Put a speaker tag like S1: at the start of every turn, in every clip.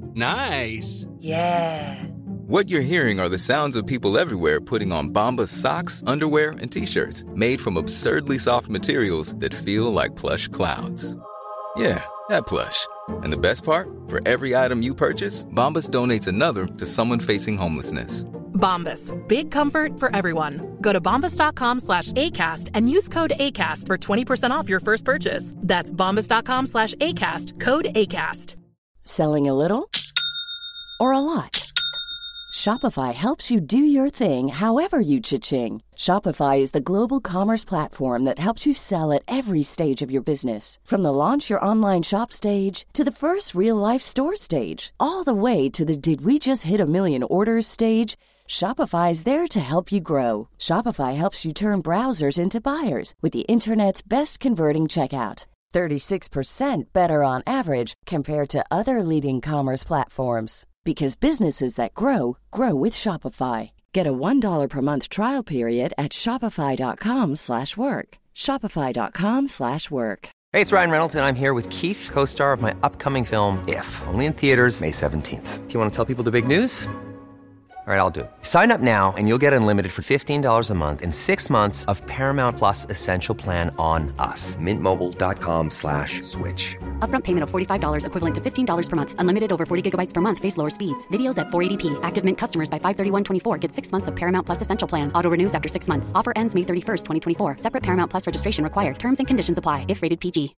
S1: Nice.
S2: Yeah.
S3: What you're hearing are the sounds of people everywhere putting on Bombas socks, underwear, and T-shirts made from absurdly soft materials that feel like plush clouds. Yeah, that plush. And the best part? For every item you purchase, Bombas donates another to someone facing homelessness.
S4: Bombas. Big comfort for everyone. Go to bombas.com/ACAST and use code ACAST for 20% off your first purchase. That's bombas.com/ACAST. Code ACAST.
S5: Selling a little or a lot? Shopify helps you do your thing however you cha-ching. Shopify is the global commerce platform that helps you sell at every stage of your business. From the launch your online shop stage to the first real-life store stage, all the way to the did we just hit a million orders stage. Shopify is there to help you grow. Shopify helps you turn browsers into buyers with the internet's best converting checkout. 36% better on average compared to other leading commerce platforms. Because businesses that grow, grow with Shopify. Get a $1 per month trial period at shopify.com/work. Shopify.com/work.
S6: Hey, it's Ryan Reynolds, and I'm here with Keith, co-star of my upcoming film, If, only in theaters May 17th. Do you want to tell people the big news? All right, I'll do it. Sign up now and you'll get unlimited for $15 a month and 6 months of Paramount Plus Essential Plan on us. MintMobile.com/switch.
S7: Upfront payment of $45 equivalent to $15 per month. Unlimited over 40 gigabytes per month. Face lower speeds. Videos at 480p. Active Mint customers by 531.24 get 6 months of Paramount Plus Essential Plan. Auto renews after 6 months. Offer ends May 31st, 2024. Separate Paramount Plus registration required. Terms and conditions apply if rated PG.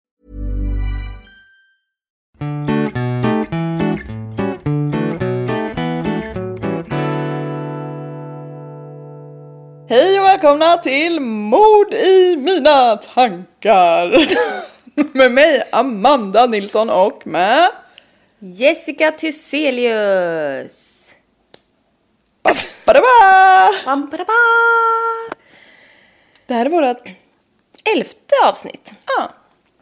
S2: Hej och välkomna till Mord i mina tankar. Med mig Amanda Nilsson och med
S8: Jessica Thyselius.
S2: Det här är vårt
S8: 11:e avsnitt.
S2: Ja.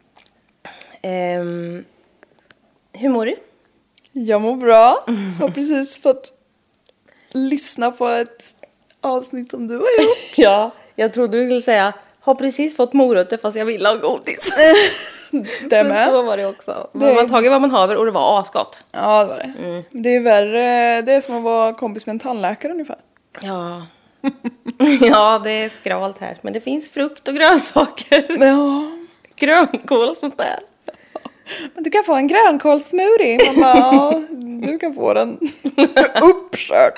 S8: Hur mår du?
S2: Jag mår bra. Jag har precis fått lyssna på ett avsnitt som du har gjort.
S8: Ja, jag trodde du skulle säga har precis fått morötter fast jag vill ha godis.
S2: Det med.
S8: Så var det också. Man har tagit vad man haver och det var asgott.
S2: Ja, det var det. Det är värre. Det är som att vvara kompis med en tandläkare ungefär.
S8: Ja. Ja, det är skralt här. Men det finns frukt och grönsaker.
S2: Ja.
S8: Grönkål och sånt där.
S2: Men du kan få en grönkålssmoothie. Man bara, ja, du kan få den uppkörd.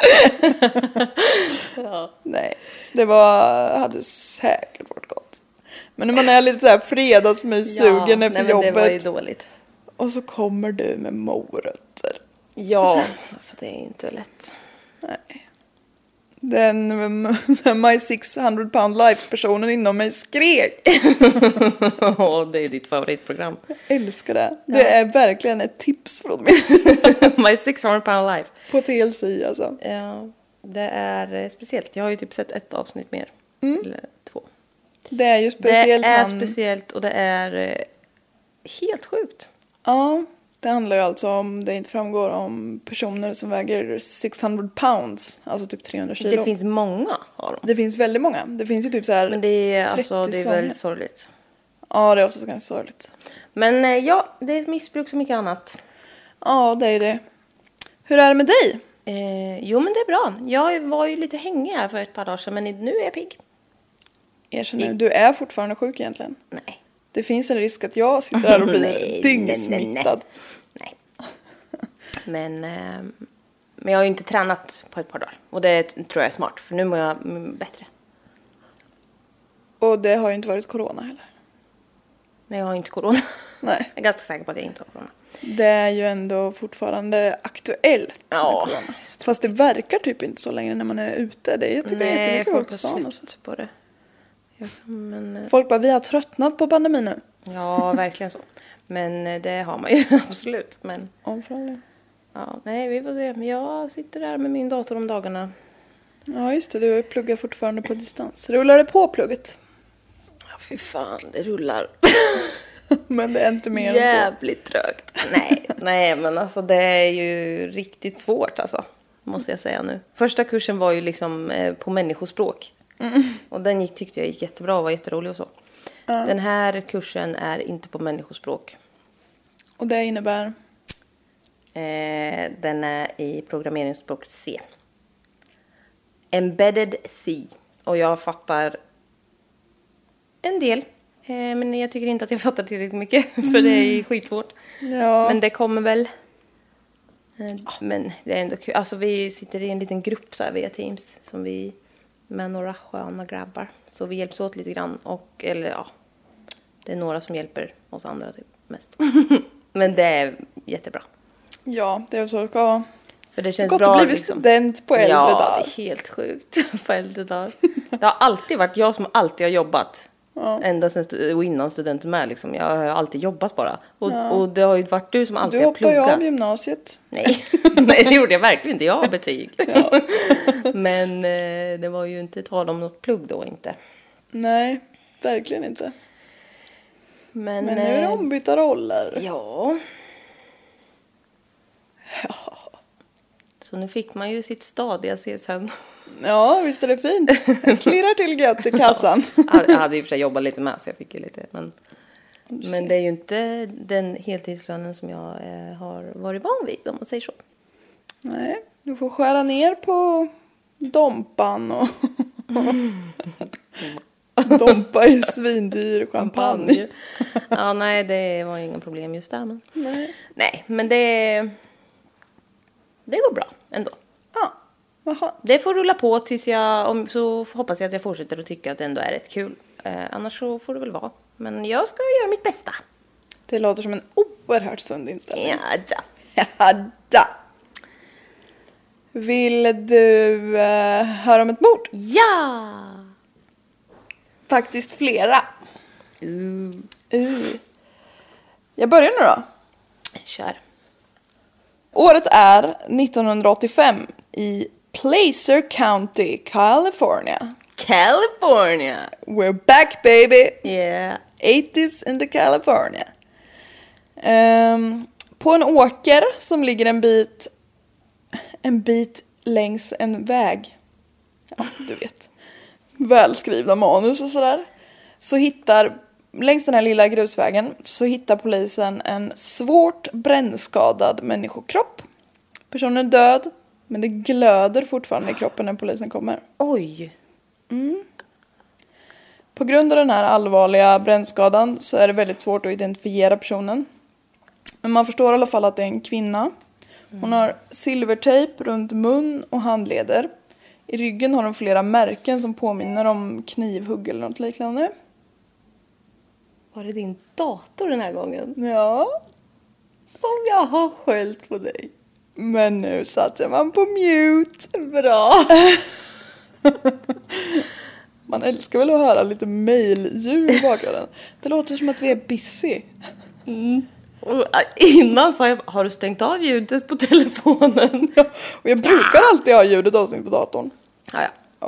S8: Ja.
S2: Nej, hade säkert varit gott. Men när man är lite så här fredagsmyssugen efter jobbet.
S8: Det var ju dåligt.
S2: Och så kommer du med morötter.
S8: Ja, alltså det är inte lätt.
S2: Nej. Den My 600 pound life-personen inom mig skrek.
S8: Det är ditt favoritprogram.
S2: Jag älskar det. Det är verkligen ett tips från mig.
S8: My 600 pound life.
S2: På TLC alltså.
S8: Ja, det är speciellt. Jag har ju typ sett ett avsnitt mer. Eller 2.
S2: Det är ju speciellt.
S8: Det är speciellt och det är helt sjukt.
S2: Ja, det handlar ju alltså om, det inte framgår, om personer som väger 600 pounds. Alltså typ 300 kilo.
S8: Det finns många av dem.
S2: Det finns väldigt många. Det finns ju typ så här.
S8: Men det är, alltså, det är väldigt sorgligt.
S2: Ja, det är också ganska sorgligt.
S8: Men ja, det är ett missbruk som mycket annat.
S2: Ja, det är det. Hur är det med dig?
S8: Jo, men det är bra. Jag var ju lite hängig här för ett par dagar sedan, men nu är jag pigg.
S2: Erkänner du är fortfarande sjuk egentligen?
S8: Nej.
S2: Det finns en risk att jag sitter här och blir dyngsmittad.
S8: Nej. Men jag har ju inte tränat på ett par dagar. Och det tror jag är smart, för nu mår jag bättre.
S2: Och det har ju inte varit corona heller.
S8: Nej, jag har inte corona.
S2: Nej.
S8: Jag är ganska säker på att jag inte har corona.
S2: Det är ju ändå fortfarande aktuellt med corona. Fast det verkar typ inte så länge när man är ute. Det är ju typ jättemycket folk på stan och sånt.
S8: På det. Ja, men,
S2: folk bara, vi har tröttnat på pandemin nu.
S8: Ja, verkligen så. Men det har man ju absolut. Men, ja, nej, vi får se. Jag sitter där med min dator om dagarna.
S2: Ja, just det. Du pluggar fortfarande på distans. Rullar det på plugget?
S8: Ja, fy fan, det rullar.
S2: Men det är inte mer
S8: jävligt trögt. Nej, men alltså det är ju riktigt svårt alltså. Måste jag säga nu. Första kursen var ju liksom på människospråk. Och den tyckte jag gick jättebra och var jätterolig och så. Den här kursen är inte på människospråk.
S2: Och det innebär?
S8: Den är i programmeringsspråk C. Embedded C. Och jag fattar en del. Men jag tycker inte att jag fattar tillräckligt mycket. För det är skitsvårt.
S2: Ja.
S8: Men det kommer väl. Men det är ändå kul. Alltså vi sitter i en liten grupp så här via Teams. Som vi med några sköna grabbar. Så vi hjälps åt lite grann. Det är några som hjälper oss andra typ mest. Men det är jättebra.
S2: Ja, det är så det ska vara.
S8: För det känns
S2: gott
S8: bra
S2: att bli
S8: liksom.
S2: student på äldre dagar.
S8: Ja, det är helt sjukt på äldre dagar. Det har alltid varit jag som alltid har jobbat. Ja. Ända sedan och innan studenten med liksom. Jag har alltid jobbat bara. Och det har ju varit du som alltid har pluggat.
S2: Du hoppade av gymnasiet.
S8: Nej. Nej, det gjorde jag verkligen inte. Jag har betyg. Ja. Men det var ju inte tal om något plugg då inte.
S2: Nej, verkligen inte.
S8: Men
S2: nu är det ombytta roller.
S8: Ja. Så nu fick man ju sitt stadiga CSN.
S2: Ja, visst är det fint. Klirrar till gött i kassan.
S8: Jag hade ju för sig jobbat lite med så jag fick ju lite. Men det är ju inte den heltidslönen som jag har varit van vid om man säger så.
S2: Nej, du får skära ner på dompan och dompa i svindyr champagne.
S8: Ja, nej, det var inga problem just där. Men... Nej, men det går bra ändå.
S2: Ja, jaha.
S8: Det får rulla på tills så hoppas jag att jag fortsätter att tycka att det ändå är rätt kul. Annars så får det väl vara. Men jag ska göra mitt bästa.
S2: Det låter som en oerhört sund inställning.
S8: Ja,
S2: da. Vill du höra om ett mord?
S8: Ja!
S2: Faktiskt flera. Jag börjar nu då.
S8: Kör.
S2: Året är 1985 i Placer County, California.
S8: California!
S2: We're back baby!
S8: Yeah.
S2: 80s in the California. På en åker som ligger en bit längs en väg. Ja, du vet. Välskrivna manus och sådär. Längs den här lilla grusvägen så hittar polisen en svårt brännskadad människokropp. Personen är död, men det glöder fortfarande i kroppen när polisen kommer.
S8: Oj!
S2: På grund av den här allvarliga brännskadan så är det väldigt svårt att identifiera personen. Men man förstår i alla fall att det är en kvinna. Hon har silvertejp runt mun och handleder. I ryggen har hon flera märken som påminner om knivhugg eller något liknande.
S8: Var det din dator den här gången?
S2: Ja.
S8: Som jag har skällt på dig.
S2: Men nu satte man på mute.
S8: Bra.
S2: Man älskar väl att höra lite mailljud i bakgrunden. Det låter som att vi är busy.
S8: Och innan sa jag, har du stängt av ljudet på telefonen?
S2: Ja, och jag brukar alltid ha ljudet avstängt på datorn.
S8: Ja.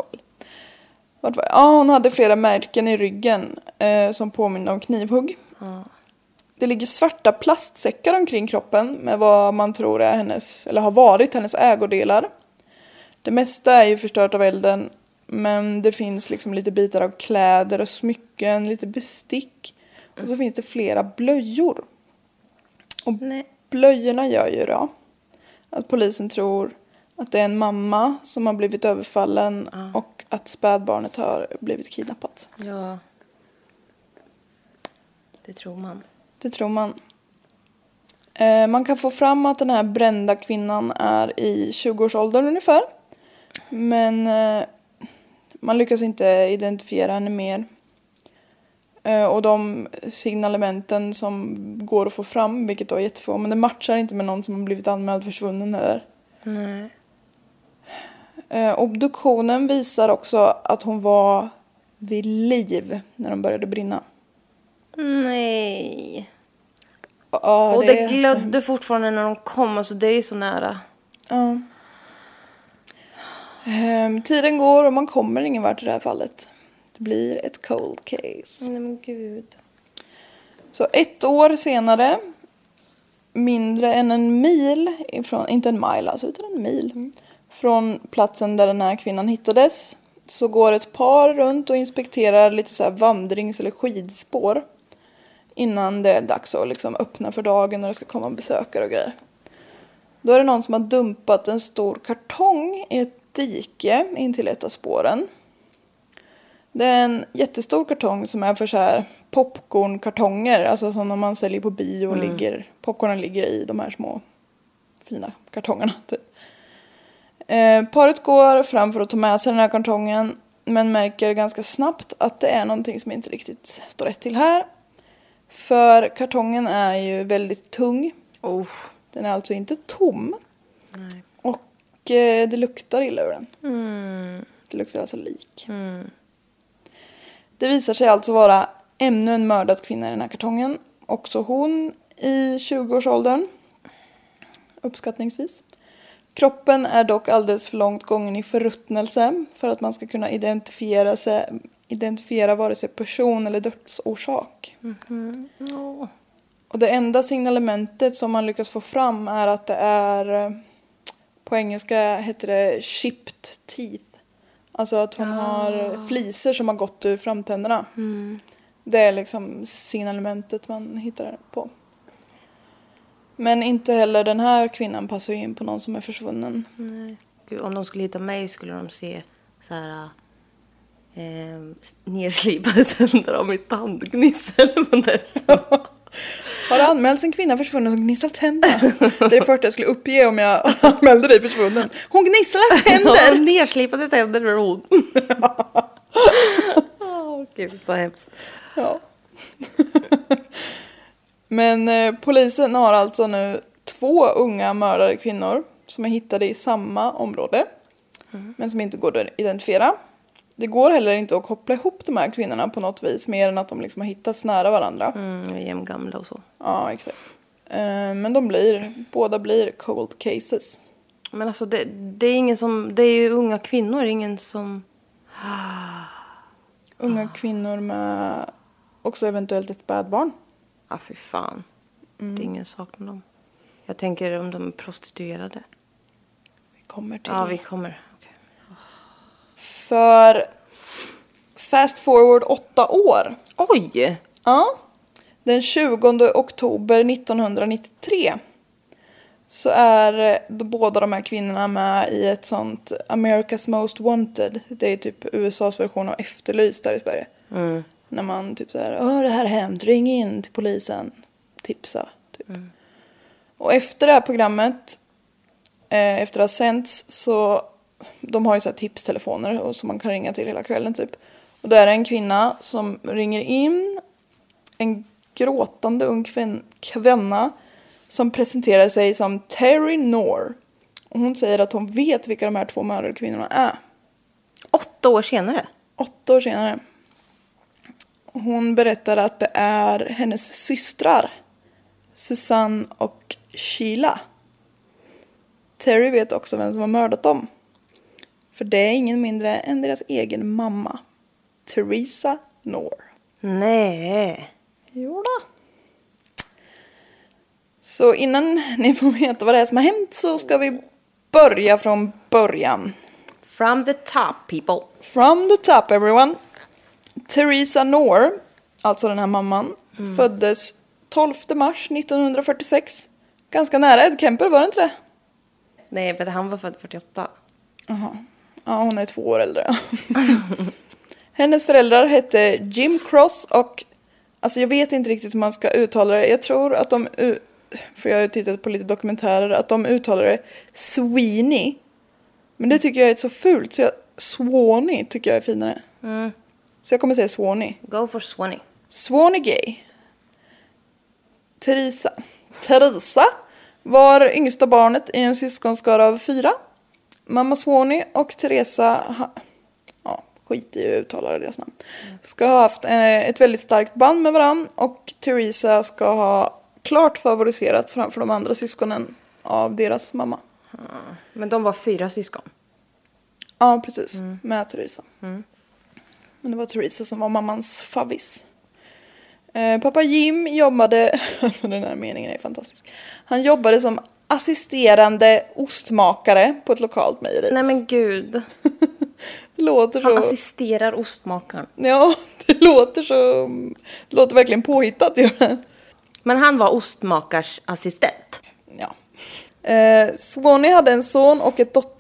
S2: Ja, hon hade flera märken i ryggen som påminner om knivhugg. Det ligger svarta plastsäckar omkring kroppen med vad man tror är har varit hennes ägodelar. Det mesta är ju förstört av elden, men det finns liksom lite bitar av kläder och smycken, lite bestick. Och så finns det flera blöjor. Och blöjorna gör ju då att polisen tror att det är en mamma som har blivit överfallen och att spädbarnet har blivit kidnappat.
S8: Ja. Det tror man.
S2: Det tror man. Man kan få fram att den här brända kvinnan är i 20-årsåldern ungefär. Men man lyckas inte identifiera henne mer. Och de signalementen som går att få fram, vilket då är jättefå, men det matchar inte med någon som har blivit anmäld försvunnen eller.
S8: Nej.
S2: Obduktionen visar också att hon var vid liv när de började brinna.
S8: Nej.
S2: Och
S8: det glödde fortfarande när de kom, alltså det är så nära.
S2: Ja. Tiden går och man kommer ingen vart i det här fallet. Det blir ett cold case.
S8: Nej men gud.
S2: Så 1 år senare, mindre än en mil ifrån, inte en mile alltså, utan en mil från platsen där den här kvinnan hittades, så går ett par runt och inspekterar lite så här vandrings- eller skidspår innan det är dags att liksom öppna för dagen och det ska komma besökare och grejer. Då är det någon som har dumpat en stor kartong i ett dike in till ett av spåren. Det är en jättestor kartong som är för så här popcornkartonger. Alltså som när man säljer på bio och popcornen ligger i de här små fina kartongerna. Typ. Paret går fram för att ta med sig den här kartongen. Men märker ganska snabbt att det är någonting som inte riktigt står rätt till här. För kartongen är ju väldigt tung. Den är alltså inte tom.
S8: Nej.
S2: Och det luktar illa ur den. Det luktar alltså lik. Det visar sig alltså vara ännu en mördad kvinna i den här kartongen. Också hon i 20-årsåldern. Uppskattningsvis. Kroppen är dock alldeles för långt gången i förruttnelse för att man ska kunna identifiera vare sig person eller dödsorsak. Och det enda signalementet som man lyckas få fram är att det är, på engelska heter det chipped teeth. Alltså att hon har fliser som har gått ur framtänderna. Det är liksom signalementet man hittar på. Men inte heller den här kvinnan passar in på någon som är försvunnen.
S8: Nej. Gud, om de skulle hitta mig skulle de se så här nerslipade tänder av mitt tandgnissel.
S2: Har det anmälts en kvinna försvunnen som gnisslar tänder? Det är det första jag skulle uppge om jag anmälde dig försvunnen. Hon gnisslar tänder!
S8: Ja, nerslipade tänder är hon. Gud, så hemskt.
S2: Ja. Men polisen har alltså nu 2 unga mördade kvinnor som är hittade i samma område. Men som inte går att identifiera. Det går heller inte att koppla ihop de här kvinnorna på något vis. Mer än att de liksom har hittats nära varandra.
S8: Jämngamla och så.
S2: Ja, exakt. Men båda blir cold cases.
S8: Men alltså det är ingen som... Det är ju unga kvinnor, ingen som...
S2: Unga kvinnor med också eventuellt ett spädbarn.
S8: Ja, fy fan. Det är ingen sak med dem. Jag tänker om de är prostituerade.
S2: Vi kommer till.
S8: Ja, vi kommer. Okay.
S2: För fast forward 8 år.
S8: Oj!
S2: Ja. Den 20 oktober 1993 så är båda de här kvinnorna med i ett sånt America's Most Wanted. Det är typ USAs version av Efterlyst där i Sverige. När man typ så här, det här har hänt, ring in till polisen, tipsa. Typ. Och efter det här programmet, efter att ha sänts, så de har ju så här tipstelefoner och som man kan ringa till hela kvällen typ. Och där är en kvinna som ringer in, en gråtande ung kvinna som presenterar sig som Terry Knorr. Och hon säger att hon vet vilka de här 2 mördade kvinnorna är.
S8: 8 år senare?
S2: 8 år senare. Hon berättar att det är hennes systrar, Susanne och Sheila. Terry vet också vem som har mördat dem. För det är ingen mindre än deras egen mamma, Teresa Knorr.
S8: Nej.
S2: Jodå. Så innan ni får veta vad det är som har hänt så ska vi börja från början.
S8: From the top, people.
S2: From the top, everyone. Teresa Knorr, alltså den här mamman, föddes 12 mars 1946. Ganska nära Ed Kemper, var det inte det?
S8: Nej, för han var född 48.
S2: Jaha. Ja, hon är 2 år äldre. Hennes föräldrar hette Jim Cross och... Alltså jag vet inte riktigt hur man ska uttala det. Jag tror att de... För jag har tittat på lite dokumentärer. Att de uttalar det Sweeney. Men det tycker jag är så fult. Så Swanee tycker jag är finare. Så jag kommer säga Swanee.
S8: Go for Swanee.
S2: Swanee Gay. Teresa var yngsta barnet i en syskonskara av 4. Mamma Swanee och Teresa... skit i att uttala deras namn. Ska ha haft ett väldigt starkt band med varann. Och Teresa ska ha klart favoriserats framför de andra syskonen av deras mamma.
S8: Men de var 4 syskon?
S2: Ja, precis. Med Teresa. Men det var Teresa som var mammans favvis. Pappa Jim jobbade... Alltså den här meningen är fantastisk. Han jobbade som assisterande ostmakare på ett lokalt mejeri.
S8: Nej men gud.
S2: Det låter så...
S8: Han assisterar ostmakaren.
S2: Ja, det låter så... Det låter verkligen påhittat.
S8: Men han var ostmakars assistent.
S2: Ja. Swanee hade en son och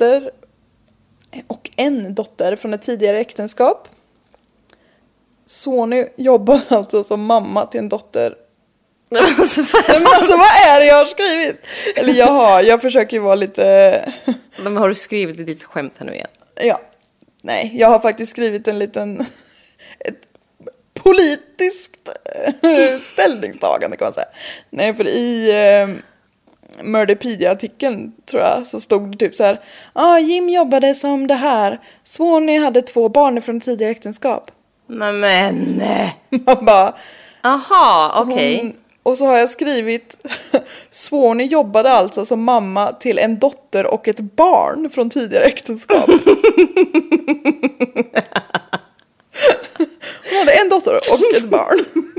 S2: en dotter från ett tidigare äktenskap. Swanee jobbar alltså som mamma till en dotter. Men alltså vad är det jag har skrivit? Eller jag försöker ju vara lite...
S8: Men har du skrivit ett litet skämt här nu igen?
S2: Ja. Nej, jag har faktiskt skrivit ett politiskt ställningstagande kan man säga. Nej, för i Murderpedia-artikeln tror jag så stod det typ så här: Jim jobbade som det här. Swanee hade 2 barn från tidigare äktenskap.
S8: Men
S2: Man bara...
S8: Aha, okej.
S2: Och så har jag skrivit Swanee jobbade alltså som mamma till en dotter och ett barn från tidigare äktenskap. Hon hade en dotter och ett barn.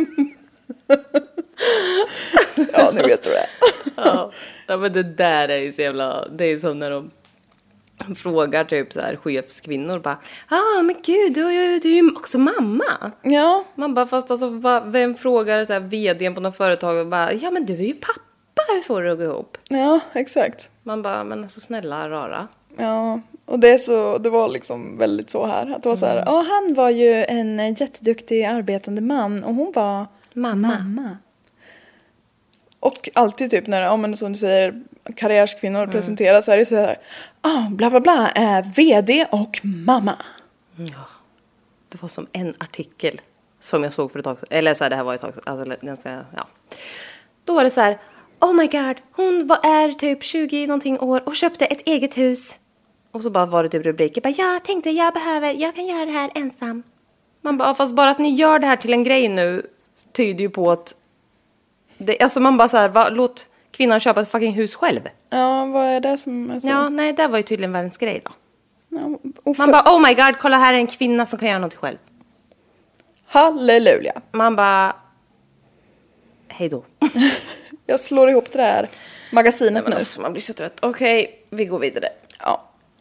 S2: Ja, ni vet hur det är.
S8: Ja, men det där är ju så jävla... Det är ju som när de frågar typ så här chefskvinnor bara, men gud, du är ju också mamma.
S2: Ja.
S8: Man bara, fast alltså, vem frågar så här vdn på något företag och bara, ja men du är ju pappa, hur får du att gå ihop?
S2: Ja, exakt.
S8: Man bara, men alltså snälla rara.
S2: Ja, och det var liksom väldigt så här. Att det var så här, han var ju en jätteduktig arbetande man och hon var mamma. Och alltid typ när, men som du säger, karriärskvinnor presenteras så är det så här, bla bla bla är vd och mamma.
S8: Ja, det var som en artikel som jag såg för ett tag sedan. Eller så här, det här var ett tag sedan. Ja. Då var det så här, oh my god, hon är typ 20 någonting år och köpte ett eget hus. Och så bara var det typ rubriker. Bara, jag tänkte jag kan göra det här ensam. Man bara, fast bara att ni gör det här till en grej nu tyder ju på att alltså man bara så här, låt kvinnan köpa ett fucking hus själv.
S2: Ja, vad är det som är så?
S8: Ja, nej, det var ju tydligen världens grej då.
S2: Ja,
S8: man bara, oh my god, kolla här är en kvinna som kan göra något själv.
S2: Halleluja.
S8: Man bara, hej då.
S2: Jag slår ihop det där magasinet nu.
S8: Alltså, man blir så trött. Okej, vi går vidare.
S2: Ja.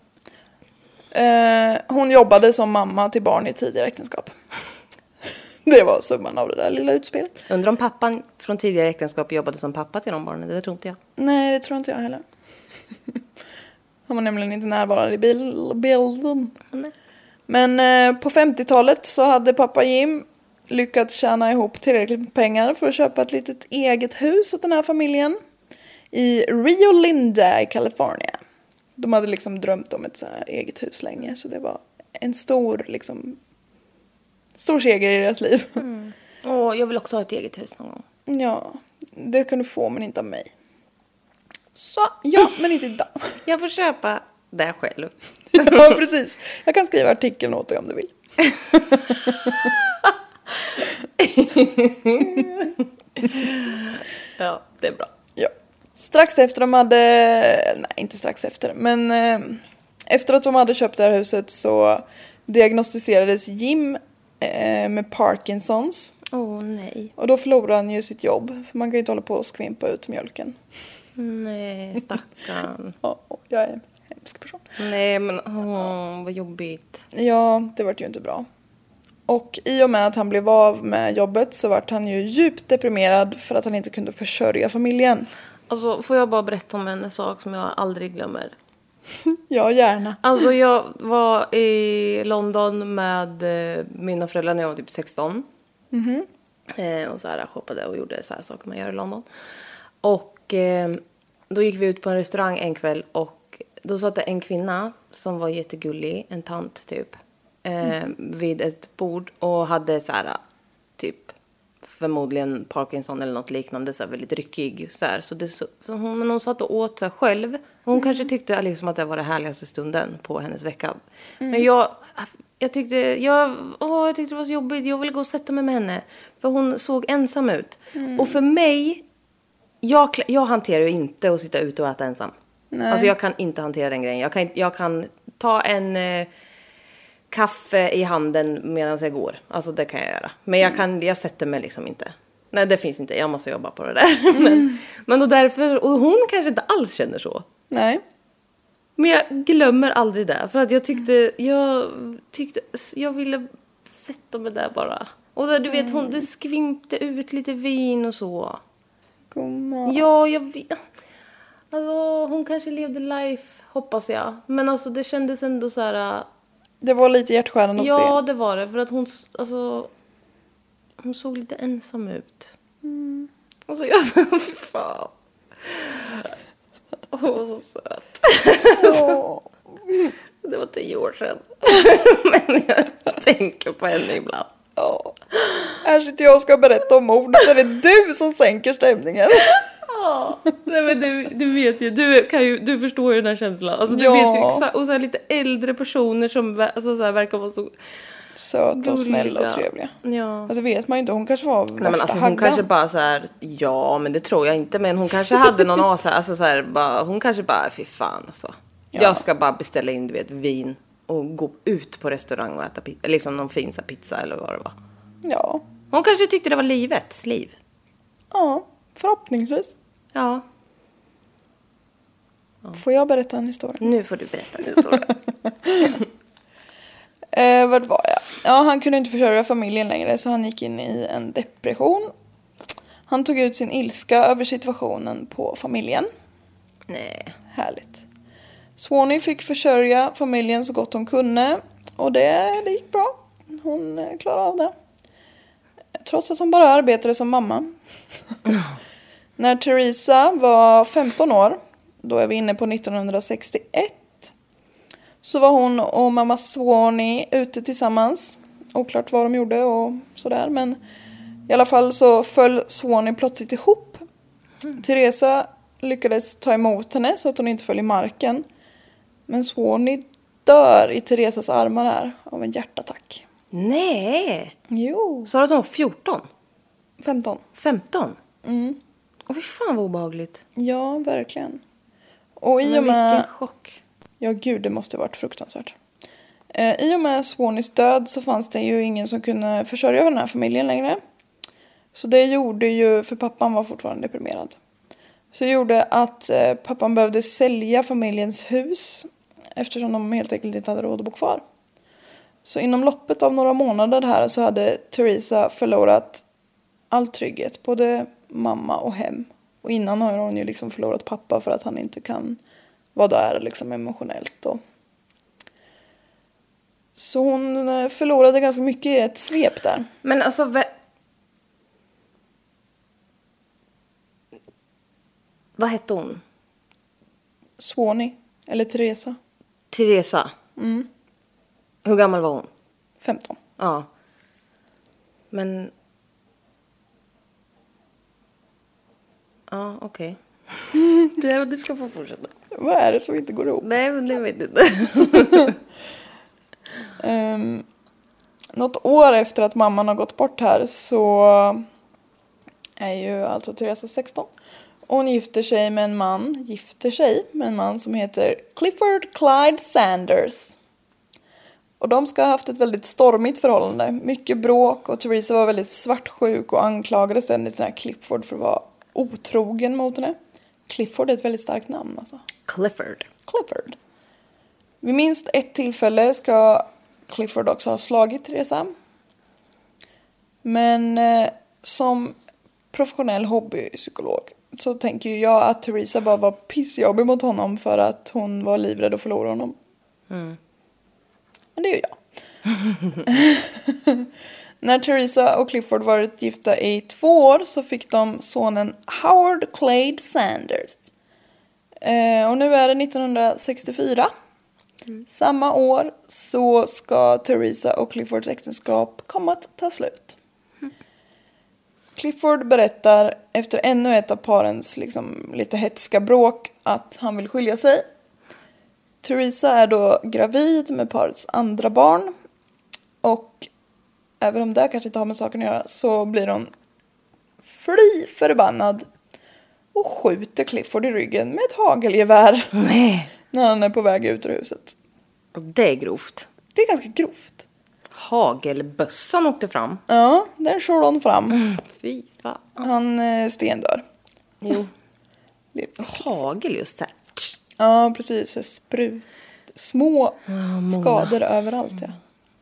S2: Hon jobbade som mamma till barn i tidigare äktenskap. Det var summan av det där lilla utspelet.
S8: Undrar om pappan från tidigare äktenskap jobbade som pappa till de barnen. Det tror inte jag.
S2: Nej, det tror inte jag heller. Han var nämligen inte närvarande i bilden.
S8: Nej.
S2: Men på 50-talet så hade pappa Jim lyckats tjäna ihop tillräckligt med pengar för att köpa ett litet eget hus åt den här familjen i Rio Linda i Kalifornien. De hade liksom drömt om ett så här eget hus länge, så det var en stor seger i deras liv.
S8: Jag vill också ha ett eget hus någon gång.
S2: Ja, det kan du få, men inte av mig. Så, ja, men inte idag.
S8: Jag får köpa det själv.
S2: Ja, precis. Jag kan skriva artikeln åt dig om du vill.
S8: Ja, det är bra.
S2: Ja. Strax efter de hade... Nej, inte strax efter. Men efter att de hade köpt det här huset så diagnostiserades Jim med Parkinsons.
S8: Nej.
S2: Och då förlorade han ju sitt jobb. För man kan ju inte hålla på och skvimpa ut mjölken.
S8: Nej, stackarn.
S2: Ja, jag är en hemsk person.
S8: Nej, men vad jobbigt.
S2: Ja, det var ju inte bra. Och i och med att han blev av med jobbet så var han ju djupt deprimerad för att han inte kunde försörja familjen.
S8: Alltså, får jag bara berätta om en sak som jag aldrig glömmer?
S2: Ja, gärna.
S8: Alltså, jag var i London med mina föräldrar när jag var typ 16. Och så här shoppade och gjorde så här saker man gör i London. Och då gick vi ut på en restaurang en kväll och då satt det en kvinna som var jättegullig, en tant typ, vid ett bord och hade så här typ förmodligen Parkinson eller något liknande, så här väldigt ryckig så här. Men hon satt och åt så här själv. Hon kanske tyckte liksom att det var det härligaste stunden på hennes vecka. Men jag tyckte det var så jobbigt. Jag ville gå och sätta mig med henne. För hon såg ensam ut. Och för mig, jag hanterar ju inte att sitta ute och äta ensam. Nej. Alltså jag kan inte hantera den grejen. Jag kan ta en kaffe i handen medan jag går. Alltså det kan jag göra. Men jag sätter mig liksom inte. Nej, det finns inte. Jag måste jobba på det där. Men då därför, och hon kanske inte alls känner så.
S2: Nej.
S8: Men jag glömmer aldrig det. För att jag ville sätta mig där bara. Och så, du vet, det skvimpte ut lite vin och så.
S2: God mat.
S8: Ja, jag vet. Alltså, hon kanske levde life, hoppas jag. Men alltså det kändes ändå så här...
S2: Det var lite hjärtskärande att se.
S8: Ja, det var det. För att hon såg lite ensam ut. Alltså jag... Fy fan. Hon var så söt. Det var 10 år sedan. Men jag tänker på henne ibland.
S2: Ja. Här sitter jag och ska berätta om mord. Så är det du som sänker stämningen.
S8: Ja, men du vet ju, du förstår ju den här känslan. Alltså du vet ju exakt, och så här lite äldre personer som alltså, så här, verkar vara så
S2: söta och snälla och trevliga.
S8: Ja.
S2: Alltså vet man ju inte, hon kanske var
S8: nej, men alltså, hon kanske bara så här, ja men det tror jag inte, men hon kanske hade någon alltså så här, bara, hon kanske bara, fy fan alltså. Ja. Jag ska bara beställa in, du vet, vin och gå ut på restaurang och äta pizza, liksom någon fin pizza eller vad det var.
S2: Ja.
S8: Hon kanske tyckte det var livets liv.
S2: Ja, förhoppningsvis.
S8: Ja.
S2: Får jag berätta en historia?
S8: Nu får du berätta en historia.
S2: Vart var jag? Ja, han kunde inte försörja familjen längre så han gick in i en depression. Han tog ut sin ilska över situationen på familjen.
S8: Nej.
S2: Härligt. Swanee fick försörja familjen så gott hon kunde. Och det gick bra. Hon klarade av det. Trots att hon bara arbetade som mamma. När Teresa var 15 år, då är vi inne på 1961, så var hon och mamma Swanee ute tillsammans. Oklart vad de gjorde och sådär, men i alla fall så föll Swanee plötsligt ihop. Teresa lyckades ta emot henne så att hon inte föll i marken. Men Swanee dör i Teresas armar här av en hjärtattack.
S8: Nej!
S2: Jo.
S8: Så att hon var 14?
S2: 15.
S8: 15? Och fy fan vad obehagligt.
S2: Ja, verkligen. Och i och med...
S8: Vilken chock.
S2: Ja, gud, det måste ha varit fruktansvärt. I och med Swanees död så fanns det ju ingen som kunde försörja den här familjen längre. Så det gjorde ju, för pappan var fortfarande deprimerad. Så det gjorde att pappan behövde sälja familjens hus eftersom de helt enkelt inte hade råd att bo kvar. Så inom loppet av några månader här så hade Teresa förlorat all trygghet, både mamma och hem. Och innan har hon ju liksom förlorat pappa för att han inte kan vara där liksom emotionellt då. Så hon förlorade ganska mycket i ett svep där.
S8: Men alltså... Vad hette hon?
S2: Swanee, eller Teresa.
S8: Teresa? Hur gammal var hon?
S2: 15.
S8: Ja. Men... Ja, okej. Du ska få fortsätta.
S2: Vad är det som inte går ihop?
S8: Nej, men det vet jag inte.
S2: Något år efter att mamman har gått bort här så är ju alltså Teresa 16. Och hon gifter sig med en man som heter Clifford Clyde Sanders. Och de ska ha haft ett väldigt stormigt förhållande. Mycket bråk och Teresa var väldigt svartsjuk och anklagade ständigt den här Clifford för att vara otrogen mot henne. Clifford är ett väldigt starkt namn alltså.
S8: Clifford.
S2: Vid minst ett tillfälle ska Clifford också ha slagit Teresa. Men som professionell hobbypsykolog så tänker jag att Teresa bara var pissjobbig mot honom för att hon var livrädd att förlora honom. Men det är ju jag. När Teresa och Clifford varit gifta i 2 år så fick de sonen Howard Clyde Sanders. Och nu är det 1964. Samma år så ska Teresa och Cliffords äktenskap komma att ta slut. Clifford berättar efter ännu ett av parens liksom, lite hetska bråk att han vill skilja sig. Teresa är då gravid med parets andra barn. Och även om det kanske inte har med saken att göra så blir hon fly förbannad och skjuter Clifford i ryggen med ett hagelgevär.
S8: Nej.
S2: När han är på väg ut ur huset.
S8: Det är grovt.
S2: Det är ganska grovt.
S8: Hagelbössan åkte fram.
S2: Ja, den kör hon fram.
S8: Fy fan.
S2: Han stendör.
S8: Jo. Hagel just här.
S2: Ja, precis. Små skador överallt. Ja.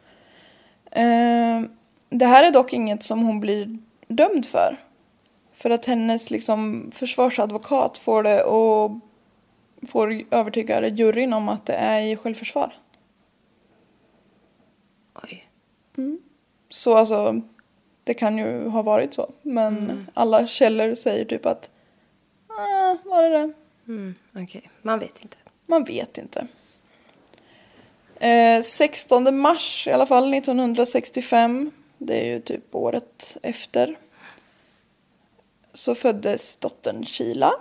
S2: Det här är dock inget som hon blir dömd för. För att hennes liksom, försvarsadvokat får det att får övertyga juryn om att det är i självförsvar.
S8: Oj.
S2: Så alltså, det kan ju ha varit så. Men alla källor säger typ att var det?
S8: Okej. Man vet inte.
S2: Man vet inte. 16 mars i alla fall 1965, det är ju typ året efter, så föddes dottern Sheila.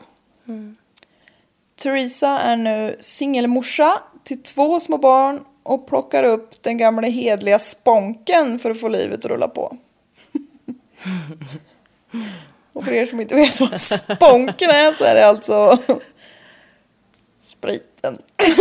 S2: Teresa är nu singelmorsa till 2 små barn och plockar upp den gamla hedliga sponken för att få livet att rulla på. Och för er som inte vet vad sponken är så är det alltså spriten.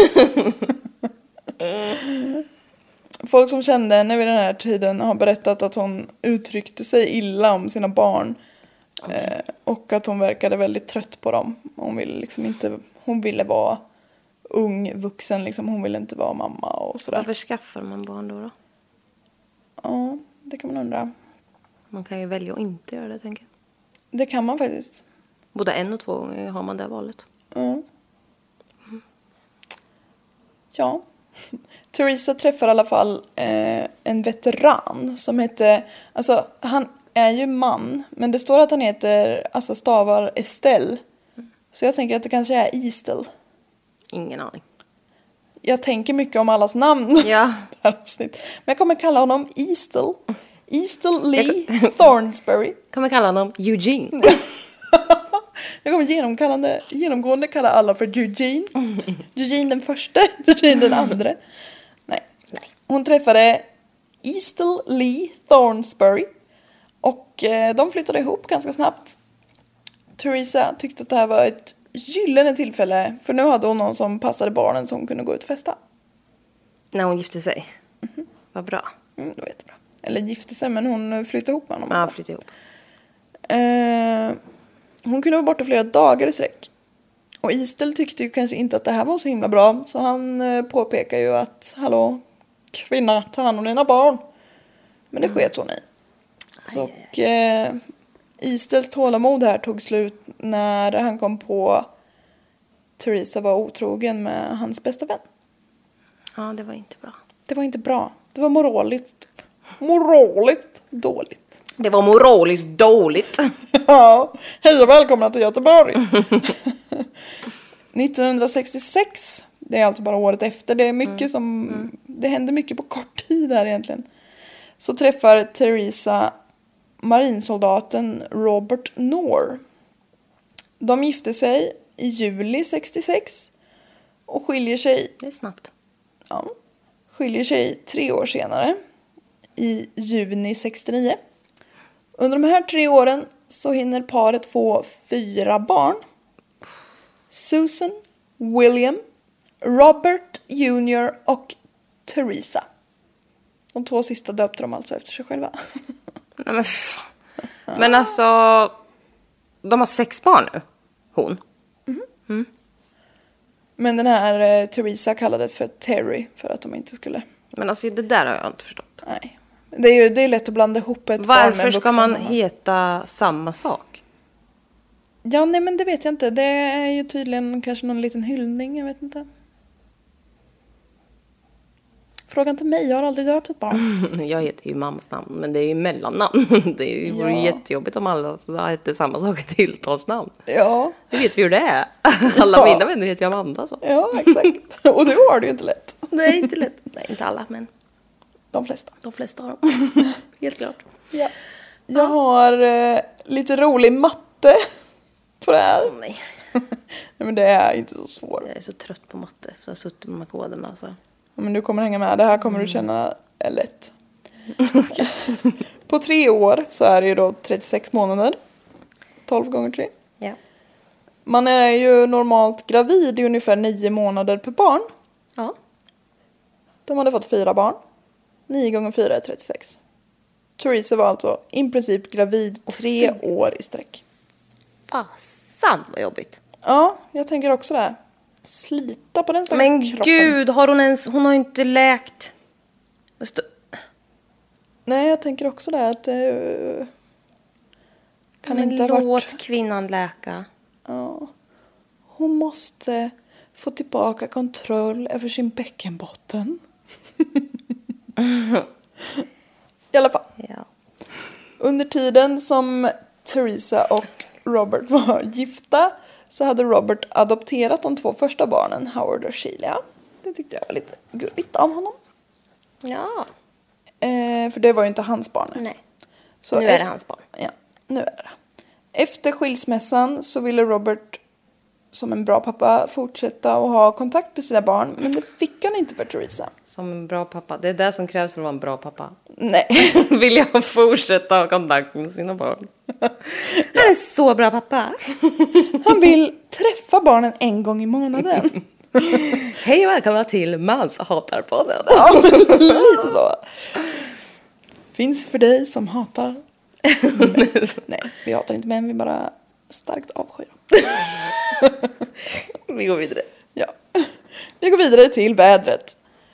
S2: Folk som kände henne vid den här tiden har berättat att hon uttryckte sig illa om sina barn. Och att hon verkade väldigt trött på dem. Hon ville vara ung vuxen liksom. Hon ville inte vara mamma och sådär.
S8: Varför skaffar man barn då?
S2: Ja, det kan man undra.
S8: Man kan ju välja att inte göra det, tänker jag.
S2: Det kan man faktiskt.
S8: Både 1 och 2 gånger har man det valet.
S2: Ja. Teresa träffar i alla fall en veteran som heter, alltså han är ju man, men det står att han heter, alltså stavar Estelle. Så jag tänker att det kanske är Estel.
S8: Ingen aning.
S2: Jag tänker mycket om allas namn.
S8: Ja.
S2: Men jag kommer kalla honom Estel. Estel Lee Thornsberry.
S8: Kommer kalla honom Eugene.
S2: Jag kommer genomgående kalla alla för Eugene. Eugene den första, Eugene den andra. Nej. Hon träffade Estel Lee Thornsberry. Och de flyttade ihop ganska snabbt. Teresa tyckte att det här var ett gyllene tillfälle. För nu hade hon någon som passade barnen så hon kunde gå ut och festa.
S8: När hon gifte sig. Vad bra.
S2: Det var jättebra. Eller gifte sig, men hon flyttade ihop med honom.
S8: Ja, flyttade ihop.
S2: Hon kunde vara borta flera dagar i sträck. Och Estel tyckte ju kanske inte att det här var så himla bra. Så han påpekar ju att, hallå, kvinna, ta hand om dina barn. Men det sket hon i. Så Estels tålamod här tog slut när han kom på Teresa var otrogen med hans bästa vän.
S8: Ja, det var inte bra.
S2: Det var inte bra. Det var moraliskt dåligt.
S8: Det var moraliskt dåligt.
S2: Ja, hej och välkomna till Göteborg. 1966, det är alltså bara året efter. Det är mycket det händer mycket på kort tid här egentligen. Så träffar Teresa marinsoldaten Robert Knorr. De gifte sig i juli 66 och skiljer sig.
S8: Det är snabbt.
S2: Ja, skiljer sig 3 år senare i juni 69. Under de här 3 åren så hinner paret få 4 barn. Susan, William, Robert Jr. och Teresa. De 2 sista döpte de alltså efter sig själva.
S8: Nej, men men alltså, de har 6 barn nu, hon.
S2: Men den här Teresa kallades för Terry för att de inte skulle.
S8: Men alltså, det där har jag inte förstått.
S2: Nej. Det är lätt att blanda ihop ett barn med en
S8: Varför ska
S2: vuxen
S8: man
S2: mamma.
S8: heta samma sak?
S2: Ja, nej men det vet jag inte. Det är ju tydligen kanske någon liten hyllning, jag vet inte. Fråga inte mig, jag har aldrig döpt ett barn.
S8: Jag heter ju mammas namn, men det är ju mellannamn. Det vore ju jättejobbigt om alla hette samma sak till tilltalsnamn.
S2: Ja.
S8: Det vet vi hur det är. Alla mina vänner heter ju Amanda. Så.
S2: Ja, exakt. Och du har det ju inte lätt.
S8: Nej, inte lätt. Nej, inte alla, men
S2: De flesta.
S8: de flesta har dem. Helt klart.
S2: Ja. Jag har lite rolig matte på det här.
S8: Nej.
S2: Nej, men det är inte så svårt.
S8: Jag är så trött på matte efter att ha suttit med de här koderna. Alltså.
S2: Ja, men du kommer hänga med. Det här kommer du känna är lätt. På 3 år så är det ju då 36 månader. 12 gånger 3.
S8: Ja.
S2: Man är ju normalt gravid i ungefär 9 månader per barn.
S8: Ja.
S2: De hade fått 4 barn. 9 gånger 4 är 36. Teresa var alltså i princip gravid 3 år i sträck.
S8: Fasan vad jobbigt.
S2: Ja, jag tänker också det. Slita på den stackars
S8: Men
S2: kroppen.
S8: gud, hon har ju inte läkt.
S2: Nej, jag tänker också det. Att kan
S8: men
S2: inte ha
S8: låt
S2: varit.
S8: kvinnan läka.
S2: Ja. Hon måste få tillbaka kontroll över sin bäckenbotten. I alla fall.
S8: Ja.
S2: Under tiden som Teresa och Robert var gifta så hade Robert adopterat de 2 första barnen, Howard och Sheila. Det tyckte jag var lite gulligt av honom.
S8: Ja.
S2: För det var ju inte hans barn.
S8: Nej.
S2: Så
S8: Nu är det hans barn.
S2: Ja, nu är det. Efter skilsmässan så ville Robert som en bra pappa fortsätta att ha kontakt med sina barn. Men det fick han inte för Teresa.
S8: Som en bra pappa. Det är det som krävs för att vara en bra pappa.
S2: Nej.
S8: Vill jag fortsätta ha kontakt med sina barn. Han är så bra pappa.
S2: Han vill träffa barnen en gång i månaden.
S8: Hej och välkomna till Mans hatar-podden.
S2: Ja, lite så. Finns för dig som hatar. Nej, vi hatar inte män, vi bara starkt avskyr dem.
S8: Vi går vidare.
S2: Ja. Vi går vidare till vädret.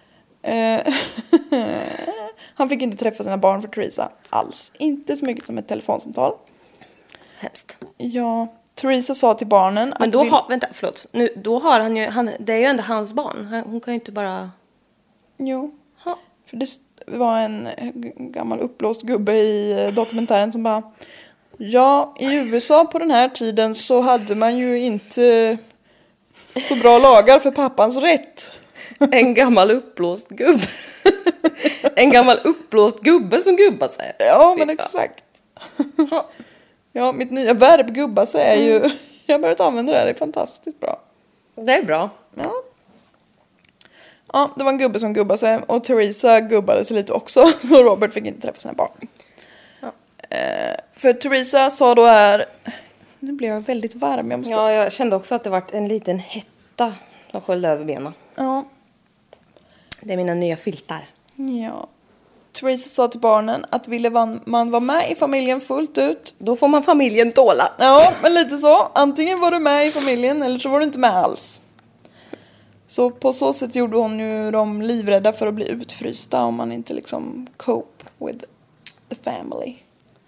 S2: Han fick inte träffa sina barn för Teresa alls. Inte så mycket som ett telefonsamtal.
S8: Hemskt.
S2: Ja, Teresa sa till barnen
S8: Men
S2: att
S8: då har, vänta, förlåt. Nu, då har han ju, det är ju ändå hans barn. Hon kan ju inte bara...
S2: Jo,
S8: Ha.
S2: för det var en gammal uppblåst gubbe i dokumentären som bara... Ja, i USA på den här tiden så hade man ju inte så bra lagar för pappans rätt.
S8: En gammal uppblåst gubbe. En gammal uppblåst gubbe som gubbar sig.
S2: Ja, men
S8: Fy fan.
S2: exakt. Ja, mitt nya verb gubba sig är ju... Jag har börjat använda det här, det är fantastiskt bra.
S8: Det är bra.
S2: Ja. Ja, det var en gubbe som gubbade sig och Teresa gubbade sig lite också. Så Robert fick inte träffa sina barn.
S8: Ja.
S2: För Teresa sa då här... Nu blev jag väldigt varm, jag måste...
S8: Ja, jag kände också att det var en liten hetta som sköljde över benen.
S2: Ja.
S8: Det är mina nya filtar.
S2: Ja. Teresa sa till barnen att ville man vara med i familjen fullt ut.
S8: Då får man familjen tåla.
S2: Ja, men lite så. Antingen var du med i familjen eller så var du inte med alls. Så på så sätt gjorde hon ju dem livrädda för att bli utfrysta om man inte liksom cope with the family.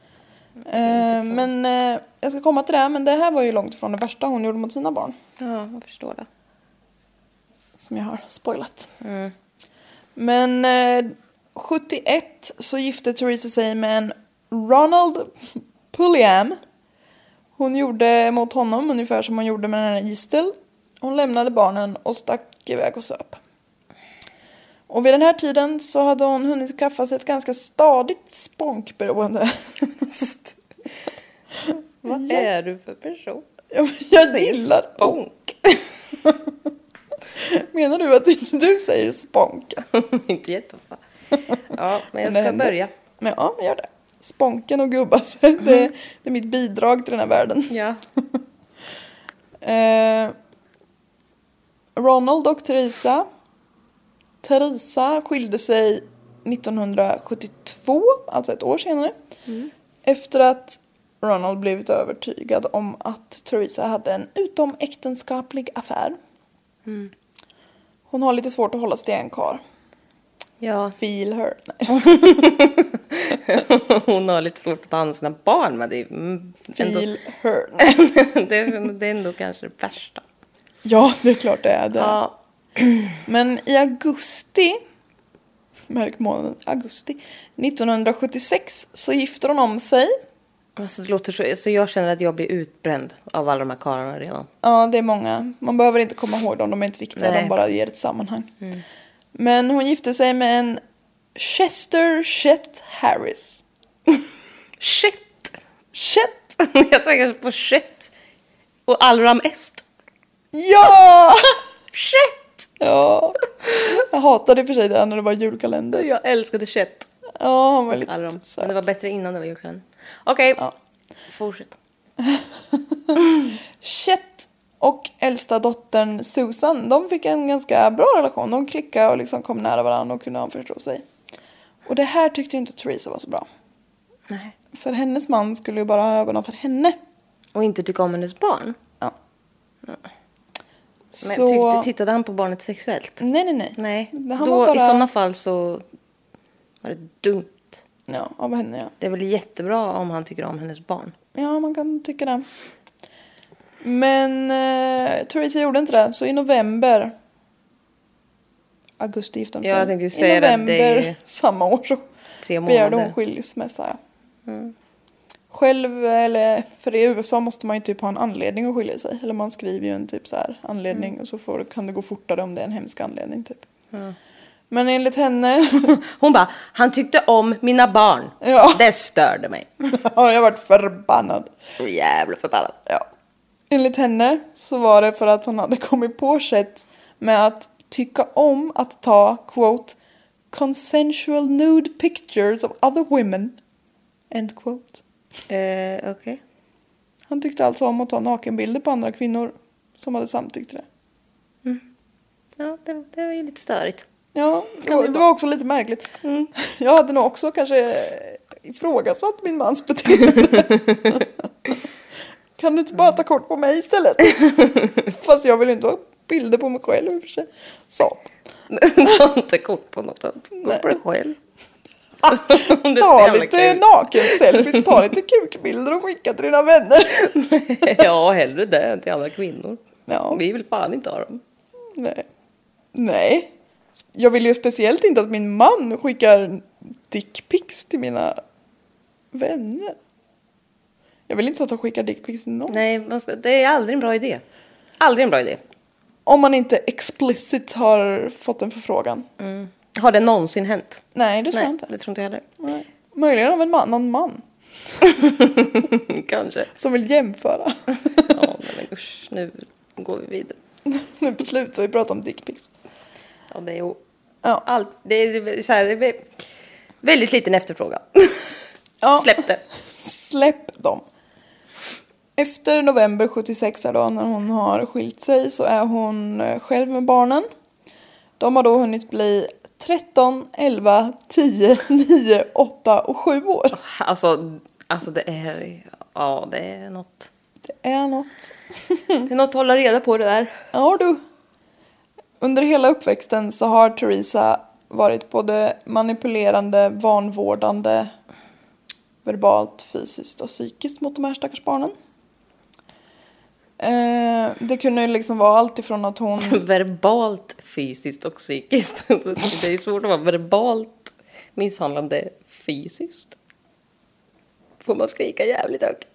S2: Men jag ska komma till det här, men det här var ju långt från det värsta hon gjorde mot sina barn.
S8: Ja, jag förstår det.
S2: Som jag har spoilat. Men 71 så gifte Teresa sig med en Ronald Pulliam. Hon gjorde mot honom ungefär som hon gjorde med den här Eastel. Hon lämnade barnen och stack iväg och söp. Och vid den här tiden så hade hon hunnit skaffa sig ett ganska stadigt sponkberoende.
S8: Vad är du för person?
S2: Jag gillar
S8: Sponk.
S2: Menar du att inte du säger sponk?
S8: Inte jättebra. Ja, men jag ska börja.
S2: Men ja, gör det. Sponken och gubbas. Det är mitt bidrag till den här världen.
S8: Ja.
S2: Ronald och Teresa skilde sig 1972, alltså ett år senare. Efter att Ronald blivit övertygad om att Teresa hade en utomäktenskaplig affär. Hon har lite svårt att hålla sig till en karl.
S8: Ja.
S2: Feel her.
S8: Hon har lite svårt att ta hand om sina barn, men det är ändå,
S2: Feel her.
S8: det är ändå kanske det värsta.
S2: Ja, det är klart det är det.
S8: Ja.
S2: Men i augusti, mörkmånaden augusti 1976 så gifter hon om sig.
S8: Alltså, det låter så jag känner att jag blir utbränd av alla de här karlarna redan.
S2: Ja, det är många. Man behöver inte komma ihåg dem, de är inte viktiga,
S8: Nej.
S2: de bara ger ett sammanhang. Men hon gifte sig med en Chester Chet Harris.
S8: Shit!
S2: Chet!
S8: Jag tänker på shit och Allram Est.
S2: Ja!
S8: Shit!
S2: Ja. Jag hatade i och för sig det när det var julkalender.
S8: Jag älskade shit.
S2: Ja, han var lite
S8: Allram.
S2: söt.
S8: Men det var bättre innan det var julkalender. Okej,
S2: Ja.
S8: fortsätt.
S2: Chet och äldsta dottern Susan, de fick en ganska bra relation. De klickade och liksom kom nära varandra och kunde förstå sig. Och det här tyckte inte Teresa var så bra.
S8: Nej.
S2: För hennes man skulle ju bara ha ögonen för henne.
S8: Och inte tycka om hennes barn.
S2: Ja.
S8: Men tittade han på barnet sexuellt?
S2: Nej.
S8: Nej.
S2: Han
S8: Då
S2: var bara...
S8: i sådana fall så var det dumt.
S2: Ja, av henne, ja.
S8: Det är väl jättebra om han tycker om hennes barn.
S2: Ja, man kan tycka det. Men Theresa gjorde inte det. Så i november... Augusti gifte de sig.
S8: Ja, jag tänkte säga
S2: i november
S8: det är
S2: samma år så
S8: 3 månader.
S2: begärde hon skilsmässa. Själv, eller för i USA måste man ju typ ha en anledning att skilja sig. Eller man skriver ju en typ så här anledning och så kan det gå fortare om det är en hemsk anledning typ. Men enligt henne...
S8: Hon bara, han tyckte om mina barn.
S2: Ja.
S8: Det störde mig.
S2: Ja, jag varit förbannad.
S8: Så jävla förbannad.
S2: Ja. Enligt henne så var det för att hon hade kommit på sätt med att tycka om att ta, quote, consensual nude pictures of other women, end quote.
S8: Okej.
S2: Han tyckte alltså om att ta nakenbilder på andra kvinnor som hade samtyckt till det.
S8: Ja, det var ju lite störigt.
S2: Ja, det var också lite märkligt. Jag hade nog också kanske ifrågasatt min mans beteende. Kan du inte bara ta kort på mig istället? Fast jag vill inte ha bilder på mig själv i och för sig. Så.
S8: Ta inte kort på något sånt. Gå på dig själv.
S2: Ta lite naken-selfies, ta lite kukbilder och skicka till dina vänner.
S8: Ja, hellre det än till andra kvinnor.
S2: Ja.
S8: Vi vill fan inte ha dem.
S2: Nej. Jag vill ju speciellt inte att min man skickar dickpics till mina vänner. Jag vill inte att de skickar dickpics till någon.
S8: Nej, det är aldrig en bra idé. Aldrig en bra idé.
S2: Om man inte explicit har fått en förfrågan.
S8: Har det någonsin hänt?
S2: Nej, det tror jag
S8: Nej,
S2: inte.
S8: det tror inte jag heller.
S2: Nej. Möjligen av någon man.
S8: Kanske.
S2: Som vill jämföra.
S8: Ja, men usch, nu går vi vidare.
S2: Nu på slutet vi pratar om dickpics.
S8: Ja, det är ju...
S2: Ja.
S8: Det är så här, det är väldigt liten efterfrågan.
S2: Ja.
S8: Släpp det.
S2: Släpp dem. Efter november 76 då, när hon har skilt sig, så är hon själv med barnen. De har då hunnit bli 13, 11, 10, 9, 8 och 7 år.
S8: Alltså det är... Ja, det är något.
S2: Det är något.
S8: Det är något att hålla reda på det där.
S2: Ja du. Under hela uppväxten så har Theresa varit både manipulerande, vanvårdande, verbalt, fysiskt och psykiskt mot de här stackars barnen. Det kunde ju liksom vara allt ifrån att hon...
S8: Verbalt, fysiskt och psykiskt. Det är svårt att vara verbalt misshandlande fysiskt. Får man skrika jävligt högt.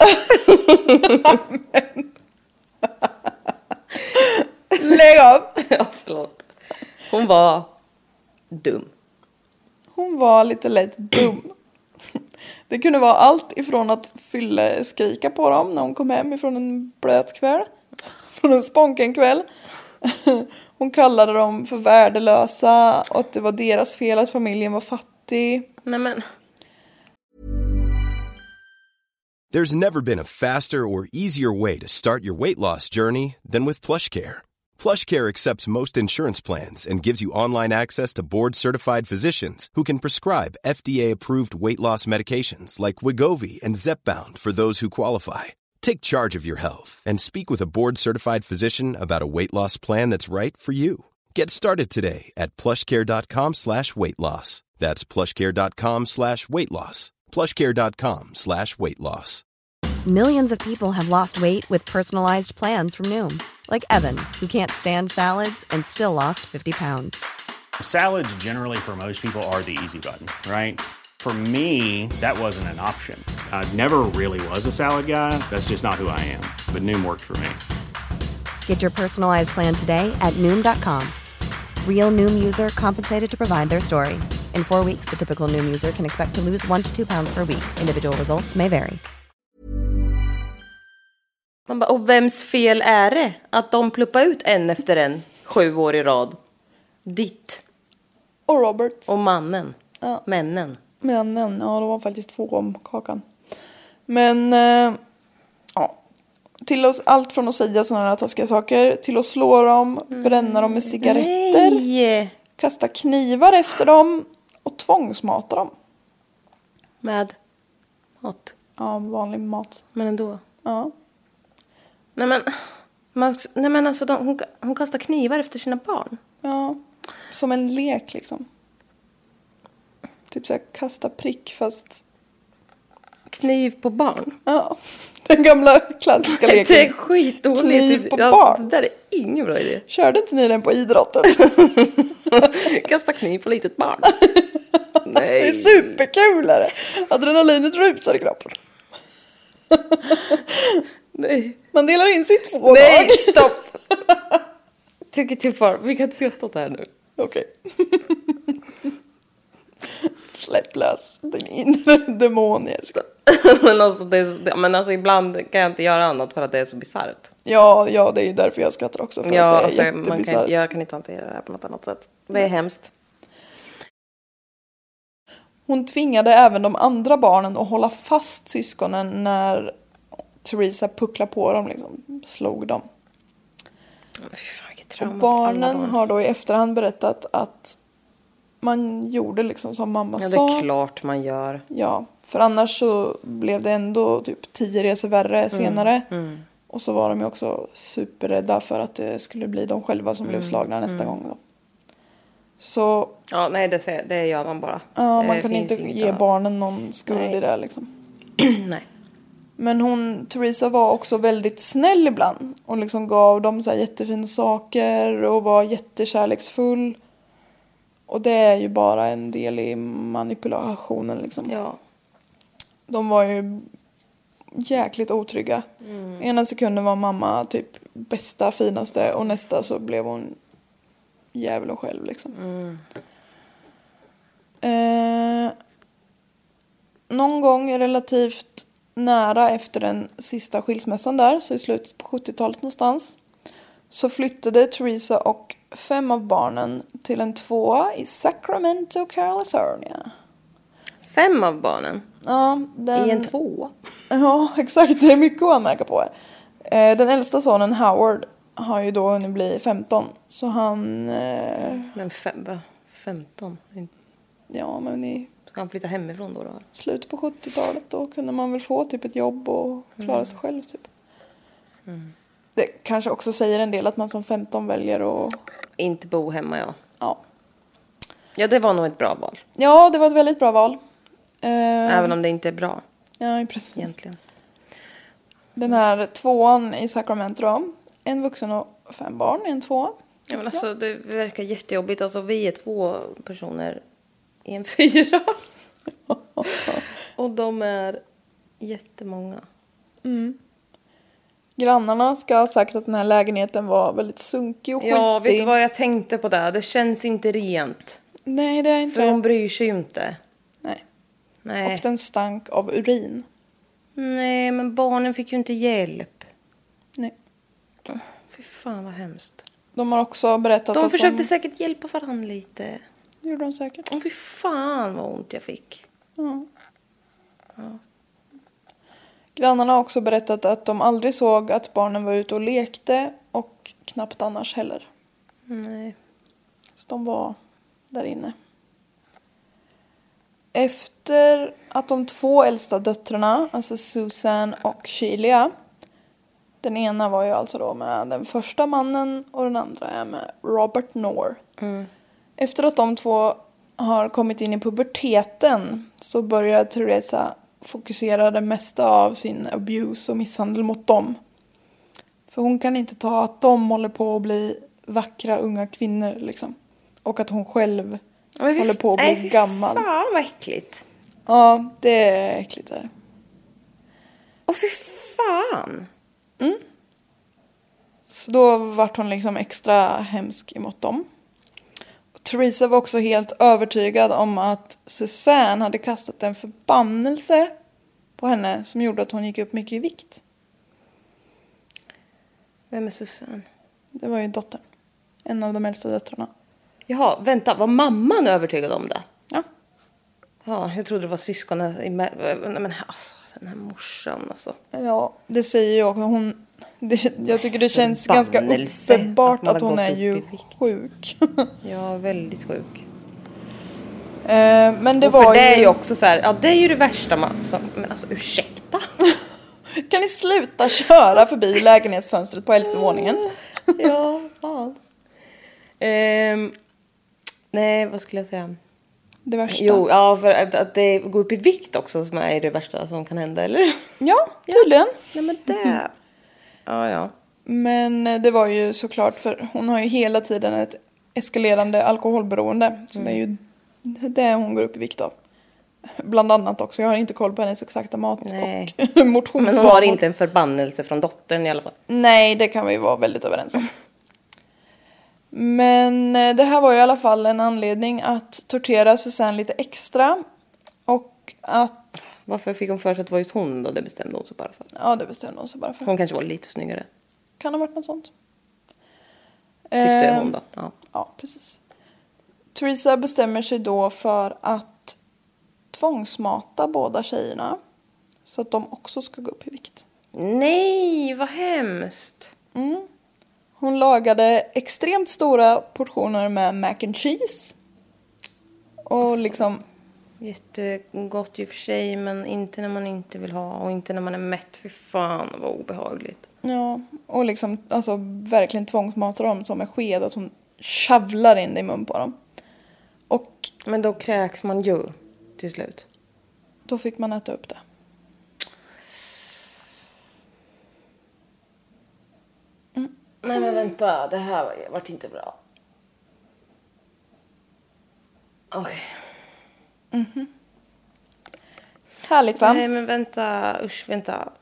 S2: Lägg av!
S8: Ja, förlåt. Hon var dum.
S2: Hon var lite lätt dum. Det kunde vara allt ifrån att skrika på dem när hon kom hem ifrån en blöt kväll. Från en sponken kväll. Hon kallade dem för värdelösa och att det var deras fel att familjen var fattig.
S8: Nej men...
S1: There's never been a faster or easier way to start your weight loss journey than with PlushCare. PlushCare accepts most insurance plans and gives you online access to board-certified physicians who can prescribe FDA-approved weight loss medications like Wegovy and Zepbound for those who qualify. Take charge of your health and speak with a board-certified physician about a weight loss plan that's right for you. Get started today at plushcare.com/weightloss. That's plushcare.com/weightloss. plushcare.com/weightloss.
S9: Millions of people have lost weight with personalized plans from Noom. Like Evan, who can't stand salads and still lost 50 pounds.
S10: Salads generally for most people are the easy button, right? For me, that wasn't an option. I never really was a salad guy. That's just not who I am. But Noom worked for me.
S9: Get your personalized plan today at Noom.com. Real Noom user compensated to provide their story. In 4 weeks, the typical Noom user can expect to lose 1 to 2 pounds per week. Individual results may vary.
S8: Man bara, och vems fel är det att de pluppar ut en efter en 7 år i rad? Ditt.
S2: Och Roberts.
S8: Och mannen.
S2: Ja.
S8: Männen.
S2: Männen, ja det var faktiskt 2 om kakan. Men, ja. Till oss, allt från att säga sådana här taskiga saker till att slå dem, bränna dem med cigaretter.
S8: Nej.
S2: Kasta knivar efter dem och tvångsmata dem.
S8: Med mat.
S2: Ja, vanlig mat.
S8: Men ändå.
S2: Ja.
S8: Nej men alltså hon kastar knivar efter sina barn.
S2: Ja, som en lek liksom. Typ så här kasta prick fast
S8: Kniv på barn.
S2: Ja, den gamla klassiska leken.
S8: Det är skitdåligt.
S2: Kniv på
S8: alltså,
S2: barn.
S8: Det där är ingen bra idé.
S2: Körde inte ni den på idrotten?
S8: Kasta kniv på litet barn.
S2: Nej. Det är superkul. Adrenalinet rusar i kroppen.
S8: Nej.
S2: Man delar in sig i 2 dagar.
S8: Nej, stopp. Tycker till far. Vi kan inte skratta åt det här nu.
S2: Okej. Släpp lös din inre demon.
S8: men alltså ibland kan jag inte göra annat för att det är så bisarrt.
S2: Ja, det är ju därför jag skrattar också. För att det är
S8: alltså,
S2: jättebisarrt.
S8: jag kan inte hantera det här på något annat sätt. Det är hemskt.
S2: Hon tvingade även de andra barnen att hålla fast syskonen när Theresa pucklade på dem, liksom, slog dem.
S8: Fy fan, vilket trauma.
S2: Och barnen har då i efterhand berättat att man gjorde liksom som mamma sa.
S8: Ja, det är klart man gör.
S2: Ja, för annars så blev det ändå typ 10 resor värre senare. Och så var de ju också superrädda för att det skulle bli de själva som blev slagna nästa gång då. Så...
S8: Ja, nej, det gör man bara.
S2: Ja, man kan inte ge barnen någon skuld i det liksom.
S8: Nej.
S2: Men Theresa var också väldigt snäll ibland. Och liksom gav dem så här jättefina saker och var jättekärleksfull. Och det är ju bara en del i manipulationen liksom.
S8: Ja.
S2: De var ju jäkligt otrygga. Ena sekunden var mamma typ bästa, finaste. Och nästa så blev hon djävulen själv liksom. Någon gång relativt nära efter den sista skilsmässan där, så i slutet på 70-talet någonstans, så flyttade Theresa och 5 av barnen till en 2 i Sacramento, California.
S8: 5 av barnen?
S2: Ja.
S8: I en 2?
S2: Ja, exakt. Det är mycket att anmärka på här. Den äldsta sonen Howard har ju då hunnit bli 15. Så han...
S8: Men 15?
S2: Ja, men i...
S8: Ska han flytta hemifrån då?
S2: Slutet på 70-talet då kunde man väl få typ ett jobb och klara sig själv typ. Det kanske också säger en del att man som 15 väljer att...
S8: Inte bo hemma, ja.
S2: Ja.
S8: Ja, det var nog ett bra val.
S2: Ja, det var ett väldigt bra val.
S8: Även om det inte är bra.
S2: Ja, precis.
S8: Egentligen.
S2: Den här 2:an i Sacramento då. En vuxen och 5 barn, en 2.
S8: Ja, men alltså det verkar jättejobbigt. Alltså vi är 2 personer i en 4. Och de är jättemånga.
S2: Grannarna ska ha sagt att den här lägenheten var väldigt sunkig och skitig.
S8: Ja, vet du vad jag tänkte på det? Det känns inte rent.
S2: Nej, det är inte
S8: för de bryr sig ju inte.
S2: Nej. Och den stank av urin.
S8: Nej, men barnen fick ju inte hjälp.
S2: Nej.
S8: Fy fan vad hemskt.
S2: De har också berättat
S8: de
S2: att
S8: försökte säkert hjälpa varandra lite.
S2: Det gjorde de säkert.
S8: Fy fan vad ont jag fick.
S2: Ja. Grannarna har också berättat att de aldrig såg att barnen var ute och lekte. Och knappt annars heller.
S8: Nej.
S2: Så de var där inne. Efter att de 2 äldsta döttrarna, alltså Susan och Sheila, den ena var ju alltså då med den första mannen och den andra är med Robert Knorr. Efter att de 2 har kommit in i puberteten så börjar Theresa fokusera det mesta av sin abuse och misshandel mot dem. För hon kan inte ta att de håller på att bli vackra unga kvinnor liksom. Och att hon själv håller på att bli gammal.
S8: Fan vad äckligt.
S2: Ja, det är äckligt där.
S8: Åh fy fan.
S2: Så då vart hon liksom extra hemsk emot dem. Och Theresa var också helt övertygad om att Susanne hade kastat en förbannelse på henne som gjorde att hon gick upp mycket i vikt.
S8: Vem är Susanne?
S2: Det var ju dottern. En av de äldsta döttrarna.
S8: Jaha, vänta. Var mamman övertygad om det?
S2: Ja.
S8: Ja, jag trodde det var syskonen. Men alltså, den här morsan alltså.
S2: Ja, det säger ju också hon. Jag tycker det känns ganska uppenbart att hon är ju sjuk.
S8: Ja, väldigt sjuk.
S2: Men det
S8: och
S2: var
S8: för det är ju också så här, ja det är ju det värsta men alltså ursäkta.
S2: Kan ni sluta köra förbi lägenhetsfönstret på 11:e våningen?
S8: Ja, fan. Nej, vad skulle jag säga?
S2: det värsta.
S8: Jo, ja, för att det går upp i vikt också som är det värsta som kan hända, eller?
S2: Ja, tydligen.
S8: Nej, men det... Ja.
S2: Men det var ju såklart, för hon har ju hela tiden ett eskalerande alkoholberoende. Så det är ju det hon går upp i vikt av. Bland annat också. Jag har inte koll på hennes exakta mat och motionsvanor.
S8: Men hon har inte en förbannelse från dottern i alla fall.
S2: Nej, det kan vi vara väldigt överens om. Men det här var ju i alla fall en anledning att tortera Susanne lite extra. Och att...
S8: Varför fick hon för sig att det var just hon då? Det bestämde hon sig bara för.
S2: Ja, det bestämde hon sig bara för.
S8: Hon kanske var lite snyggare.
S2: Kan ha varit något sånt.
S8: Tyckte hon då.
S2: Ja, precis. Teresa bestämmer sig då för att tvångsmata båda tjejerna. Så att de också ska gå upp i vikt.
S8: Nej, vad hemskt.
S2: Hon lagade extremt stora portioner med mac and cheese. Och liksom...
S8: Jättegott ju för sig, men inte när man inte vill ha. Och inte när man är mätt. För fan, vad obehagligt.
S2: Ja, och liksom alltså verkligen tvångsmatar dem som en sked. Att hon shavlar in det i mun på dem. Och...
S8: Men då kräks man ju till slut.
S2: Då fick man äta upp det.
S8: Nej, men vänta. Det här vart inte bra. Okej.
S2: Härligt, va?
S8: Nej, men vänta. Usch, vänta.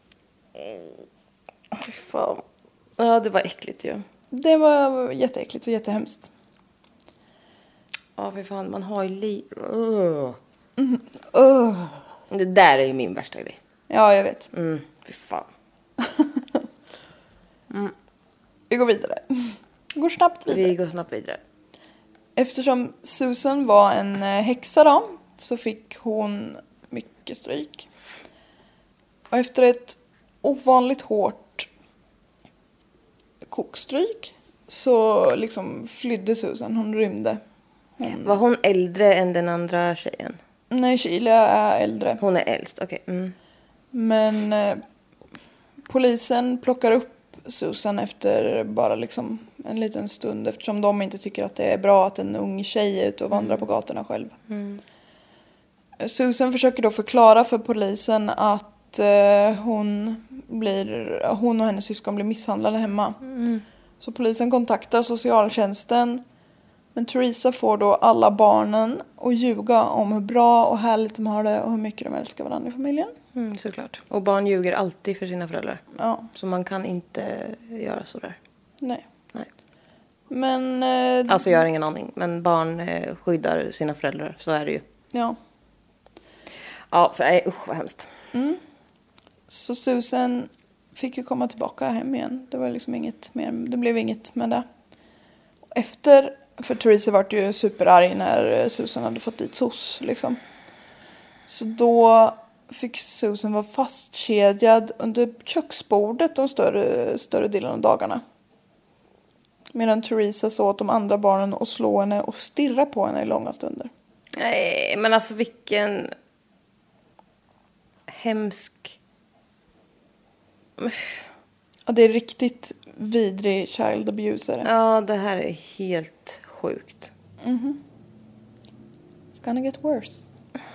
S8: Fy fan. Ja, det var äckligt ju.
S2: Det var jätteäckligt och jättehemskt.
S8: Ja, för fan. Man har ju Det där är ju min värsta grej.
S2: Ja, jag vet.
S8: Fy fan.
S2: Vi går vidare. Vi går snabbt vidare. Eftersom Susan var en häxa då, så fick hon mycket stryk. Och efter ett ovanligt hårt kokstryk så liksom flydde Susan. Hon rymde.
S8: Var hon äldre än den andra tjejen?
S2: Nej, Sheila är äldre.
S8: Hon är äldst, okej.
S2: Men polisen plockar upp Susan efter bara liksom en liten stund, eftersom de inte tycker att det är bra att en ung tjej är ute och vandrar på gatorna själv. Susan försöker då förklara för polisen att hon och hennes syskon blir misshandlade hemma. Så polisen kontaktar socialtjänsten, men Teresa får då alla barnen att ljuga om hur bra och härligt de har det och hur mycket de älskar varandra i familjen.
S8: Såklart. Och barn ljuger alltid för sina föräldrar.
S2: Ja.
S8: Så man kan inte göra så där.
S2: Nej.
S8: Nej.
S2: Men...
S8: Alltså jag har ingen aning. Men barn skyddar sina föräldrar. Så är det ju.
S2: Ja.
S8: Ja, för usch vad hemskt.
S2: Så Susan fick ju komma tillbaka hem igen. Det var liksom inget mer. Det blev inget med det. För Teresa var ju superarg när Susan hade fått dit SOS liksom. Så då fick Susan vara fastkedjad under köksbordet de större delen av dagarna. Medan Teresa sa åt de andra barnen att slå henne och stirra på henne i långa stunder.
S8: Nej, men alltså vilken hemsk...
S2: Ja, det är riktigt vidrig child abuser.
S8: Ja, det här är helt sjukt.
S2: It's gonna get worse.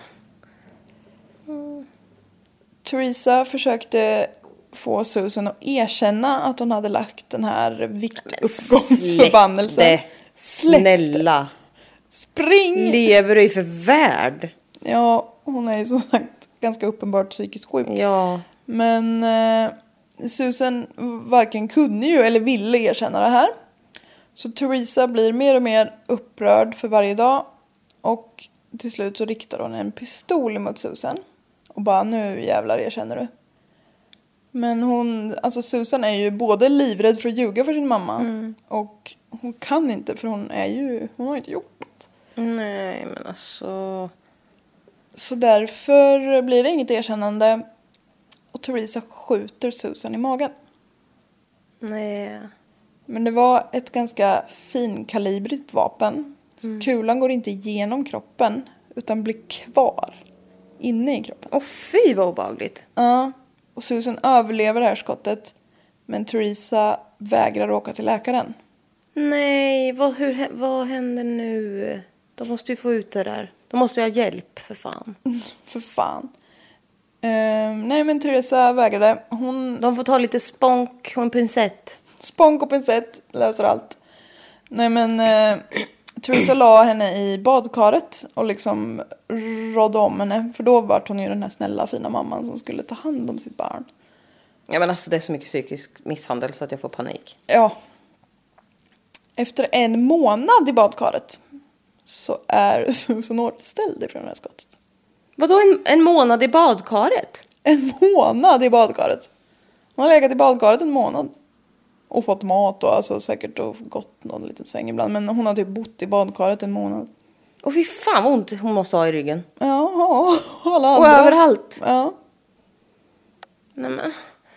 S2: Teresa försökte få Susan att erkänna att hon hade lagt den här viktuppgångsförbannelsen.
S8: Snälla.
S2: Spring!
S8: Lever du i för värld?
S2: Ja, hon är ju som sagt ganska uppenbart psykiskt sjuk.
S8: Ja.
S2: Men Susan varken kunde ju eller ville erkänna det här. Så Teresa blir mer och mer upprörd för varje dag. Och till slut så riktar hon en pistol mot Susan. Och bara, nu jävlar erkänner du. Men Susan är ju både livrädd för att ljuga för sin mamma. Och hon kan inte, för hon har inte gjort det.
S8: Nej, men alltså...
S2: Så därför blir det inget erkännande. Och Teresa skjuter Susan i magen.
S8: Nej.
S2: Men det var ett ganska finkalibrigt vapen. Så kulan går inte igenom kroppen, utan blir kvar inne i kroppen.
S8: Åh fy vad obehagligt.
S2: Ja, och Susan överlever det här skottet. Men Teresa vägrar åka till läkaren.
S8: Nej, vad händer nu? De måste ju få ut det där. De måste ju ha hjälp, för fan.
S2: För fan. Nej, men Teresa vägrade.
S8: De får ta lite spånk och en pincett.
S2: Spånk och pincett löser allt. Nej, men Teresa la henne i badkaret och liksom rådde om henne. För då var hon ju den här snälla, fina mamman som skulle ta hand om sitt barn.
S8: Ja, men alltså det är så mycket psykisk misshandel så att jag får panik.
S2: Ja. Efter 1 månad i badkaret så är Susan återställd ifrån det här skottet.
S8: Vadå en månad i badkaret?
S2: 1 månad i badkaret. Hon har legat i badkaret 1 månad. Och fått mat och alltså säkert och gått någon liten sväng ibland. Men hon har typ bott i badkaret 1 månad.
S8: Och fy fan vad ont hon måste ha i ryggen.
S2: Ja, alla andra.
S8: Och överallt.
S2: Ja.
S8: Nej men.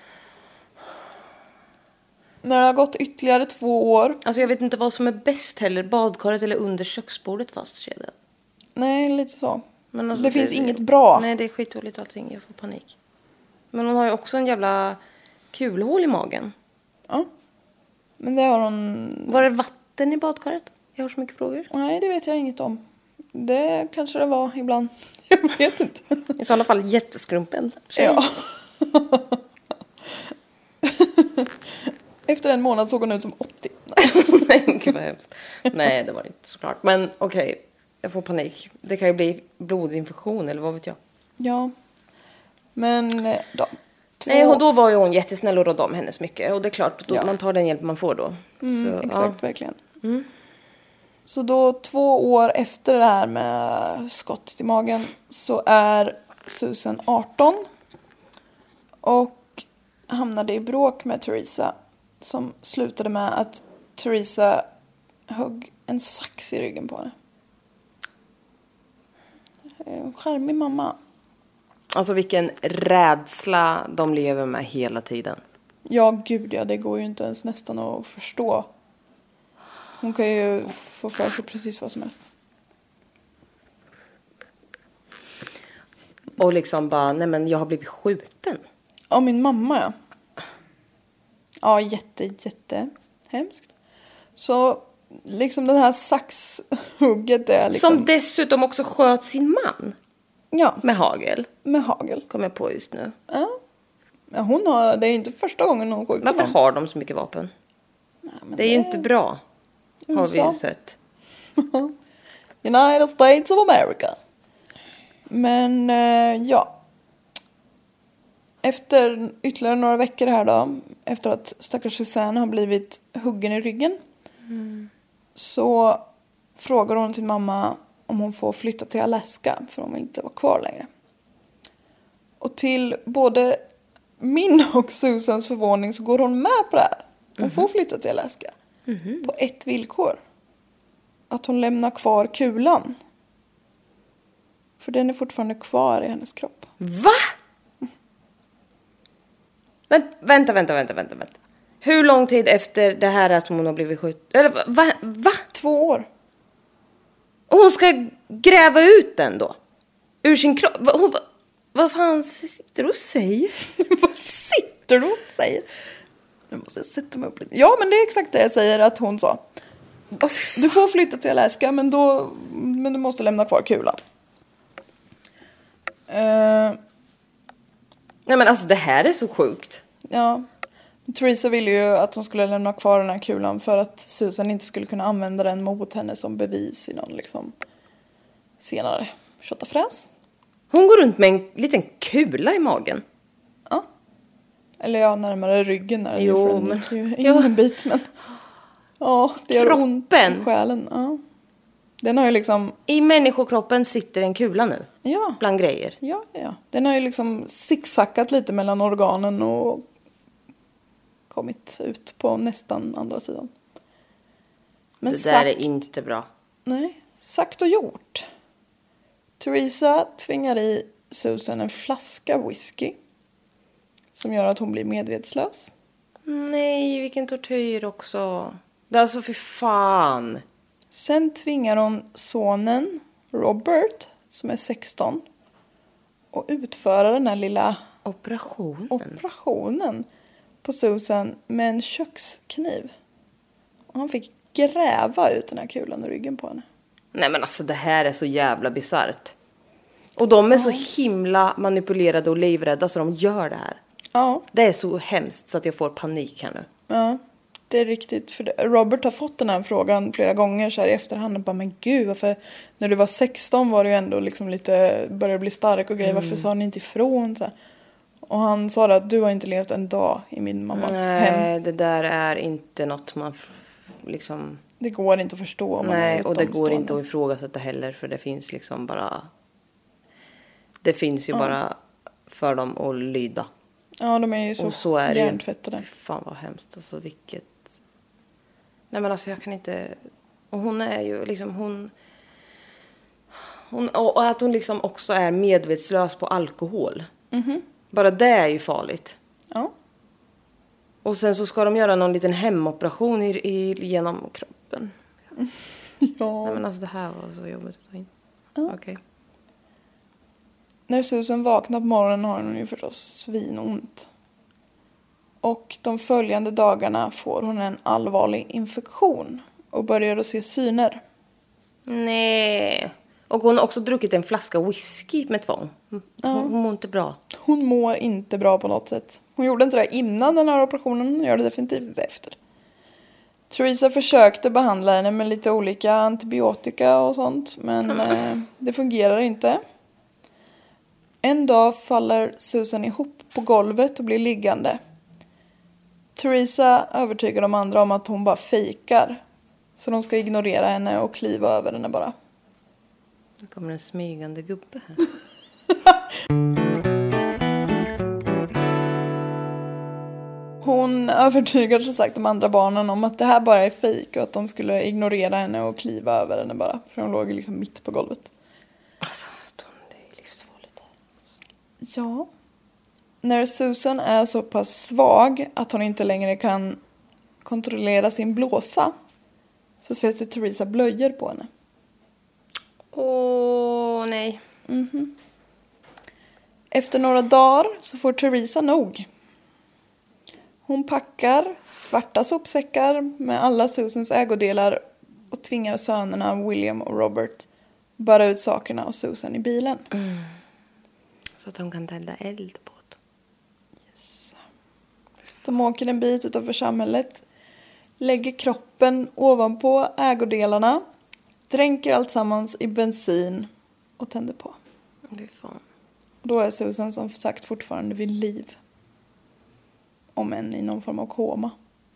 S2: När det har gått ytterligare 2 år.
S8: Alltså jag vet inte vad som är bäst heller. Badkaret eller under köksbordet fastkedjat.
S2: Nej, lite så.
S8: Men alltså
S2: det finns inget bra.
S8: Nej, det är skitdåligt allting. Jag får panik. Men hon har ju också en jävla kulhål i magen.
S2: Ja. Men det har hon...
S8: Var det vatten i badkaret? Jag har så mycket frågor.
S2: Nej, det vet jag inget om. Det kanske det var ibland. Jag vet inte.
S8: I sådana fall jätteskrumpen.
S2: Ja. Efter 1 månad såg hon ut som 80.
S8: Nej, gud vad hemskt. Nej, det var det inte såklart. Men okej, jag får panik. Det kan ju bli blodinfektion eller vad vet jag.
S2: Ja. Men då.
S8: Nej, och då var ju hon jättesnäll och rådde om hennes mycket. Och det är klart, då man tar den hjälp man får då. Så,
S2: exakt, verkligen. Så då 2 år efter det här med skottet i magen så är Susan 18. Och hamnade i bråk med Teresa. Som slutade med att Teresa högg en sax i ryggen på henne. En charmig mamma.
S8: Alltså vilken rädsla de lever med hela tiden.
S2: Ja, gud ja. Det går ju inte ens nästan att förstå. Hon kan ju få för sig precis vad som helst.
S8: Och liksom bara, nej men jag har blivit skjuten.
S2: Ja, min mamma ja. Ja, jätte hemskt. Så liksom den här saxhugget är liksom...
S8: Som dessutom också sköt sin man.
S2: Ja.
S8: Med hagel.
S2: Med hagel.
S8: Kommer jag på just nu.
S2: Ja. Ja, hon har... Det är inte första gången hon skjuter.
S8: Varför har de så mycket vapen?
S2: Nej,
S8: det är ju inte bra. Har vi ju sett.
S2: United States of America. Men ja. Efter ytterligare några veckor här då. Efter att stackars Susanne har blivit huggen i ryggen. Så frågar hon till mamma om hon får flytta till Alaska. För hon vill inte vara kvar längre. Och till både min och Susans förvåning så går hon med på det här. Hon får flytta till Alaska. På ett villkor. Att hon lämnar kvar kulan. För den är fortfarande kvar i hennes kropp.
S8: Va? Vänta. Hur lång tid efter det här är som hon har blivit skjuten? Eller va?
S2: 2 år.
S8: Och hon ska gräva ut den då? Ur sin kropp? Vad fan sitter du och säger?
S2: Vad sitter du och säger? Nu måste jag sätta mig upp lite. Ja, men det är exakt det jag säger att hon sa. Du får flytta till Alaska, men du måste lämna kvar kulan.
S8: Nej men alltså det här är så sjukt.
S2: Ja. Teresa ville ju att hon skulle lämna kvar den här kulan för att Susan inte skulle kunna använda den mot henne som bevis i någon liksom senare tjottafräs.
S8: Hon går runt med en liten kula i magen.
S2: Ja. Eller ja, närmare ryggen när
S8: men
S2: en bit, men ja, det gör ont i själen. Ja. Den har ju liksom...
S8: I människokroppen sitter en kula nu.
S2: Ja.
S8: Bland grejer.
S2: Ja. Den har ju liksom zigzackat lite mellan organen och kommit ut på nästan andra sidan. Men
S8: det där är inte bra.
S2: Nej, sagt och gjort. Teresa tvingar i Susan en flaska whisky. Som gör att hon blir medvetslös.
S8: Nej, vilken tortyr också. Det är alltså för fan.
S2: Sen tvingar hon sonen Robert, som är 16, och utföra den här lilla operationen på Susan med en kökskniv. Och han fick gräva ut den här kulan i ryggen på henne.
S8: Nej men alltså det här är så jävla bizarrt. Och de är så himla manipulerade och livrädda så de gör det här.
S2: Ja.
S8: Det är så hemskt så att jag får panik här nu.
S2: Ja, det är riktigt. För Robert har fått den här frågan flera gånger så här i efterhand. Och bara, men gud, varför när du var 16 var du ju ändå liksom lite, började bli stark och grejer. Varför sa ni inte ifrån? Så här. Och han sa att du har inte levt en dag i min mammas hem.
S8: Nej, det där är inte något man liksom...
S2: Det går inte att förstå. Om
S8: nej, och det går inte att ifrågasätta heller. För det finns liksom bara... Det finns ju bara för dem att lyda.
S2: Ja, de är ju så hjärntvättade.
S8: Fy fan vad hemskt. Alltså vilket... Nej men alltså jag kan inte... Och hon är ju liksom... Hon och att hon liksom också är medvetslös på alkohol.
S2: Mm-hmm.
S8: Bara det är ju farligt.
S2: Ja.
S8: Och sen så ska de göra någon liten hemoperation genom kroppen.
S2: Ja.
S8: Nej men alltså det här var så jobbigt att ta in.
S2: Ja.
S8: Okej.
S2: När Susan vaknar på morgonen har hon ju förstås svinont. Och de följande dagarna får hon en allvarlig infektion och börjar att se syner.
S8: Nej. Och hon har också druckit en flaska whisky med tvång. Hon mår inte bra.
S2: Hon mår inte bra på något sätt. Hon gjorde inte det innan den här operationen. Hon gör det definitivt inte efter. Theresa försökte behandla henne med lite olika antibiotika och sånt. Men det fungerar inte. En dag faller Susan ihop på golvet och blir liggande. Theresa övertygar de andra om att hon bara fejkar. Så de ska ignorera henne och kliva över henne bara.
S8: Nu kommer en smygande gubbe här.
S2: Hon övertygar så sagt de andra barnen om att det här bara är fejk och att de skulle ignorera henne och kliva över henne bara. För hon låg liksom mitt på golvet.
S8: Alltså, det är livsfarligt.
S2: Ja. När Susan är så pass svag att hon inte längre kan kontrollera sin blåsa så sätter Theresa blöjor på henne.
S8: Åh, nej.
S2: Mm-hmm. Efter några dagar så får Theresa nog. Hon packar svarta sopsäckar med alla Susans ägodelar och tvingar sönerna William och Robert bära ut sakerna och Susan i bilen.
S8: Så att de kan tända eld på det.
S2: Yes. De åker en bit utanför samhället, lägger kroppen ovanpå ägodelarna, dränker allt sammans i bensin och tänder på.
S8: Fy fan.
S2: Och då är Susan som sagt fortfarande vid liv. Om än i någon form av koma.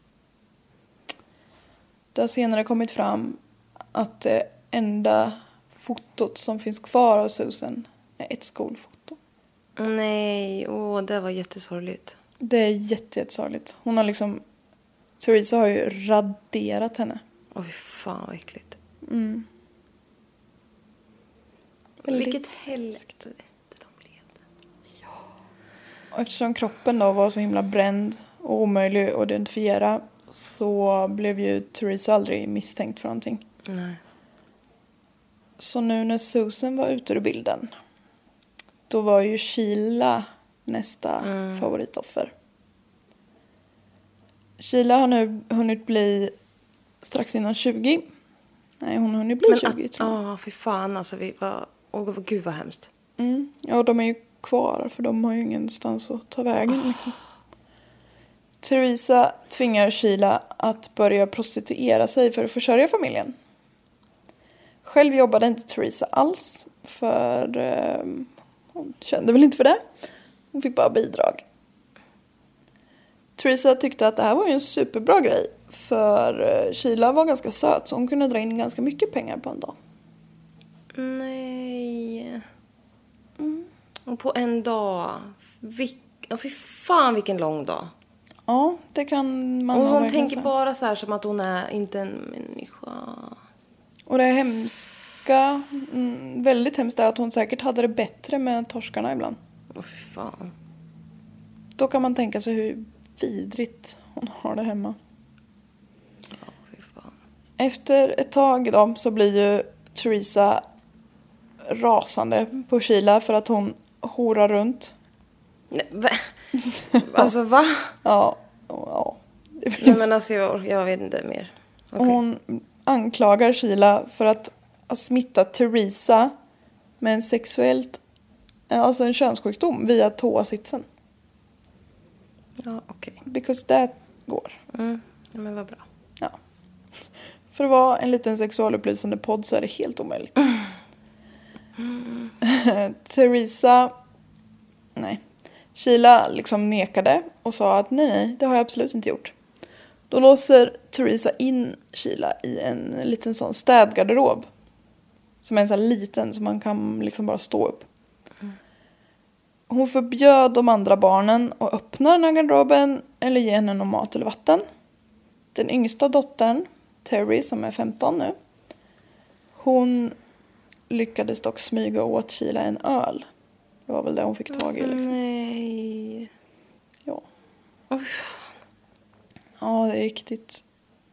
S2: Det har senare kommit fram att det enda fotot som finns kvar av Susan är ett skolfoto.
S8: Nej, det var jättesorgligt.
S2: Det är jättesorgligt. Hon har liksom... Theresa har ju raderat henne.
S8: Fy fan vad äckligt.
S2: Mm.
S8: Vilket helvete de levde.
S2: Ja. Och eftersom kroppen då var så himla bränd och omöjlig att identifiera så blev ju Theresa aldrig misstänkt för någonting.
S8: Nej.
S2: Så nu när Susan var ute ur bilden då var ju Sheila nästa favoritoffer. Sheila har nu hunnit bli strax innan 20. Nej, hon har hunnit bli 20 tror jag.
S8: Ja, fy fan alltså. Gud vad hemskt.
S2: Ja, de är ju kvar för de har ju ingenstans att ta vägen. Liksom. Theresa tvingar Sheila att börja prostituera sig för att försörja familjen. Själv jobbade inte Theresa alls för hon kände väl inte för det. Hon fick bara bidrag. Theresa tyckte att det här var ju en superbra grej för Sheila var ganska söt så hon kunde dra in ganska mycket pengar på en dag.
S8: Nej. Och på en dag. Fy fan vilken lång dag.
S2: Ja, det kan man.
S8: Och hon tänker bara så här som att hon är inte en människa.
S2: Och det är hemska, väldigt hemskt är att hon säkert hade det bättre med torskarna ibland.
S8: Fy fan.
S2: Då kan man tänka sig hur vidrigt hon har det hemma.
S8: Ja, fy fan.
S2: Efter ett tag då så blir ju Theresa rasande på Sheila för att hon horar runt.
S8: Nej, alltså va?
S2: Ja. Det finns...
S8: Nej men alltså jag vet inte mer. Okay.
S2: Hon anklagar Sheila för att har smittat Theresa med en könssjukdom via toasitsen.
S8: Ja, okej.
S2: Because that går.
S8: Ja, men vad bra.
S2: Ja. För att vara en liten sexualupplysande podd så är det helt omöjligt. Sheila liksom nekade och sa att nej, det har jag absolut inte gjort. Då låser Theresa in Sheila i en liten sån städgarderob. Som är en sån liten så man kan liksom bara stå upp. Hon förbjöd de andra barnen att öppna den här garderoben eller ge henne någon mat eller vatten. Den yngsta dottern, Terry, som är 15 nu, hon lyckades dock smyga åt Sheila en öl. Det var väl det hon fick tag i. Liksom.
S8: Nej.
S2: Ja. Ja, det är riktigt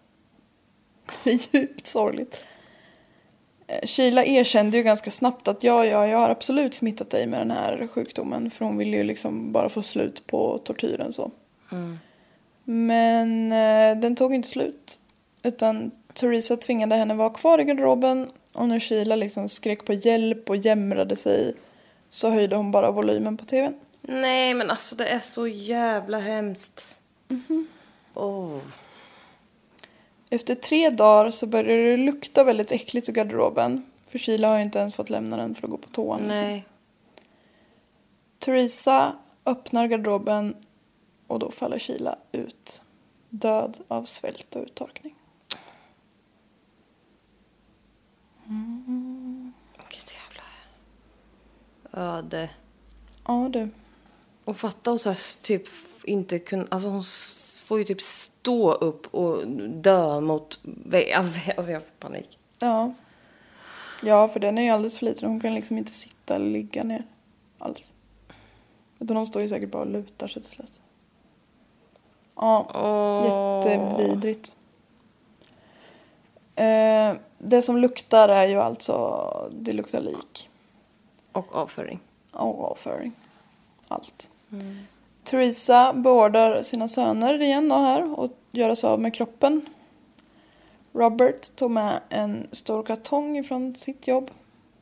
S2: djupt sorgligt. Sheila erkände ju ganska snabbt att jag har absolut smittat dig med den här sjukdomen. För hon ville ju liksom bara få slut på tortyren så. Men den tog inte slut. Utan Theresa tvingade henne vara kvar i garderoben. Och när Sheila liksom skrek på hjälp och jämrade sig så höjde hon bara volymen på tvn.
S8: Nej, men alltså det är så jävla hemskt.
S2: Efter 3 dagar så började det lukta väldigt äckligt i garderoben. För Sheila har ju inte ens fått lämna den för att gå på toan.
S8: Nej.
S2: Theresa öppnar garderoben och då faller Sheila ut. Död av svält och uttorkning.
S8: Vilket jävla öde.
S2: Ja, du.
S8: Och fatta och så här, typ inte kunna... Alltså hon får ju typ stå upp och dö mot... Alltså jag får panik.
S2: Ja. Ja, för den är ju alldeles för liten. Hon kan liksom inte sitta eller ligga ner alls. Utan hon står ju säkert bara och lutar sig till slut. Ja, jättevidrigt. Det som luktar är ju alltså... Det luktar lik.
S8: Och avföring.
S2: Och avföring. Allt. Theresa beordrar sina söner igen då här och göra sig av med kroppen. Robert tog med en stor kartong ifrån sitt jobb.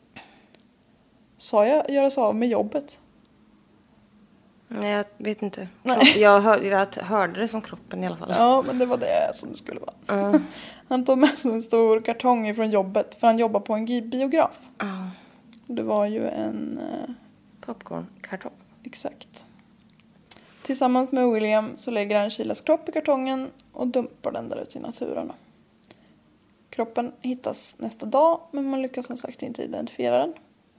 S2: Sa jag göra sig av med jobbet?
S8: Nej, jag vet inte. Jag hörde det som kroppen i alla fall.
S2: Ja, men det var det som det skulle vara. Han tog med sig en stor kartong ifrån jobbet för han jobbar på en biograf. Det var ju en...
S8: popcornkartong.
S2: Exakt. Tillsammans med William så lägger han Sheilas kropp i kartongen och dumpar den där ut i naturen. Kroppen hittas nästa dag men man lyckas som sagt inte identifiera den.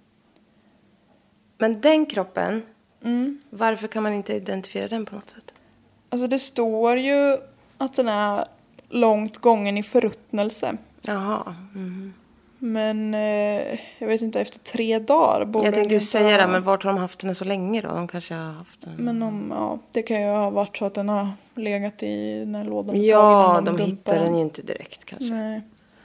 S8: Men den kroppen, varför kan man inte identifiera den på något sätt?
S2: Alltså det står ju att den är långt gången i förruttnelse.
S8: Jaha.
S2: Men jag vet inte, efter 3 dagar borde
S8: jag tänkte ju säga det, men vart har de haft den så länge då? De kanske har haft den...
S2: Men det kan ju ha varit så att den har legat i den här lådan.
S8: Ja, de hittar den ju inte direkt kanske.
S2: Nej.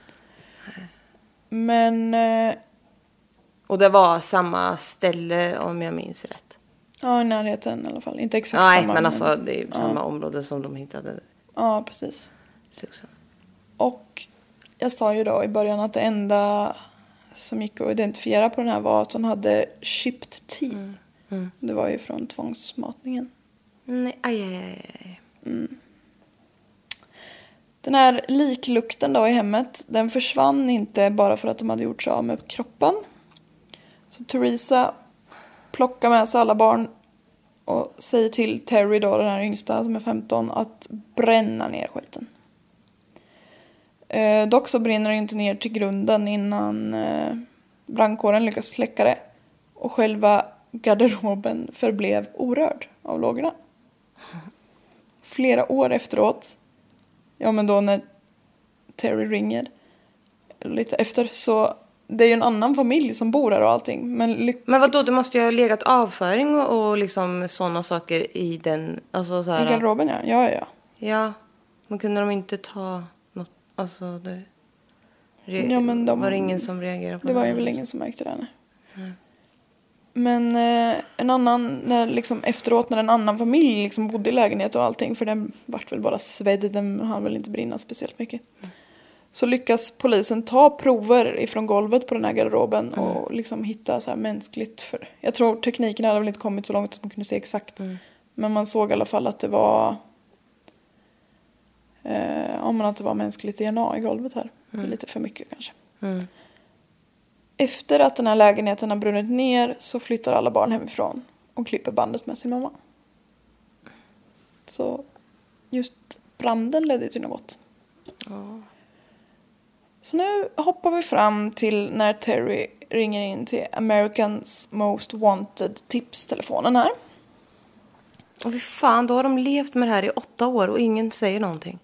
S2: Men...
S8: och det var samma ställe om jag minns rätt.
S2: Ja, i närheten i alla fall. Inte exakt
S8: samma.
S2: Nej,
S8: men alltså det är ju samma område som de hittade.
S2: Ja, precis.
S8: Susan.
S2: Och jag sa ju då i början att det enda som gick att identifiera på den här var att hon hade chipped teeth. Det var ju från tvångsmatningen.
S8: Nej, aj.
S2: Den här liklukten då i hemmet, den försvann inte bara för att de hade gjort sig av med kroppen. Så Theresa plockar med sig alla barn och säger till Terry då, den här yngsta som är 15, att bränna ner skiten. Dock så brinner det inte ner till grunden innan brandkåren lyckas släcka det. Och själva garderoben förblev orörd av lågorna. Flera år efteråt, ja men då när Terry ringer lite efter, så det är ju en annan familj som bor här och allting. Men
S8: vadå, det måste ju ha legat avföring och liksom sådana saker i den, alltså så här.
S2: I garderoben, ja.
S8: Ja, men kunde de inte ta något, alltså det...
S2: Ja, men
S8: var det ingen som reagerade på det?
S2: Det var ju väl ingen som märkte det. Men en annan, liksom efteråt när en annan familj liksom bodde i lägenhet och allting, för den vart väl bara svedd, den hann väl inte brinna speciellt mycket. så lyckas polisen ta prover ifrån golvet på den här garderoben och liksom hitta så här mänskligt. För jag tror tekniken hade väl inte kommit så långt att man kunde se exakt. Men man såg i alla fall att det var att det var mänskligt DNA i golvet här. Lite för mycket kanske. Efter att den här lägenheten har brunnit ner så flyttar alla barn hemifrån och klipper bandet med sin mamma. Så just branden ledde till något gott. Så nu hoppar vi fram till när Terry ringer in till Americans Most Wanted tipstelefonen här.
S8: Och fy fan, då har de levt med det här i 8 år och ingen säger någonting.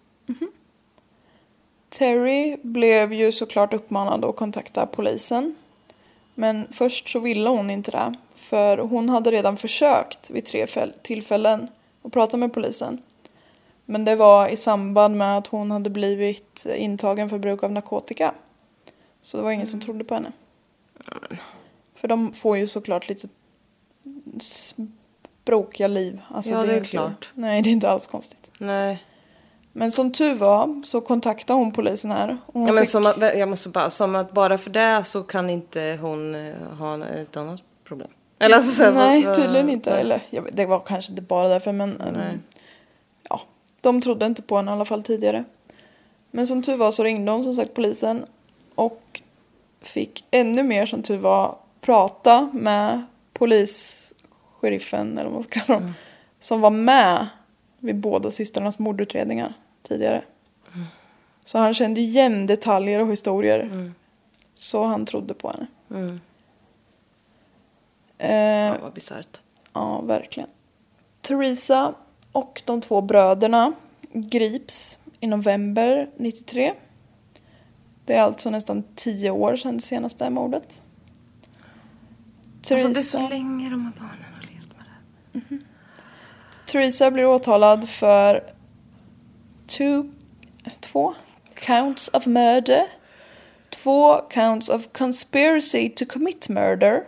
S2: Terry blev ju såklart uppmanad att kontakta polisen. Men först så ville hon inte det. För hon hade redan försökt vid 3 tillfällen att prata med polisen. Men det var i samband med att hon hade blivit intagen för bruk av narkotika. Så det var ingen som trodde på henne. För de får ju såklart lite språkiga liv. Alltså
S8: ja, det är klart.
S2: Nej, det är inte alls konstigt.
S8: Nej.
S2: Men som tur var så kontaktade hon polisen här. Hon
S8: ja, men som att bara för det så kan inte hon ha ett annat problem. Eller alltså,
S2: nej, tydligen inte. Eller, det var kanske inte bara därför, men ja, de trodde inte på henne i alla fall tidigare. Men som tur var så ringde hon som sagt polisen och fick ännu mer som tur var prata med polissheriffen eller vad man ska kalla dem, som var med vid båda systrarnas mordutredningar tidigare. Så han kände igen detaljer och historier. Så han trodde på henne.
S8: Ja, vad bisarrt.
S2: Ja, verkligen. Teresa och de 2 bröderna grips i november 93. Det är alltså nästan 10 år sedan det senaste mordet.
S8: Teresa... Alltså det är så länge de här barnen har levt med det.
S2: Teresa blir åtalad för 2 counts of murder, 2 counts of conspiracy to commit murder,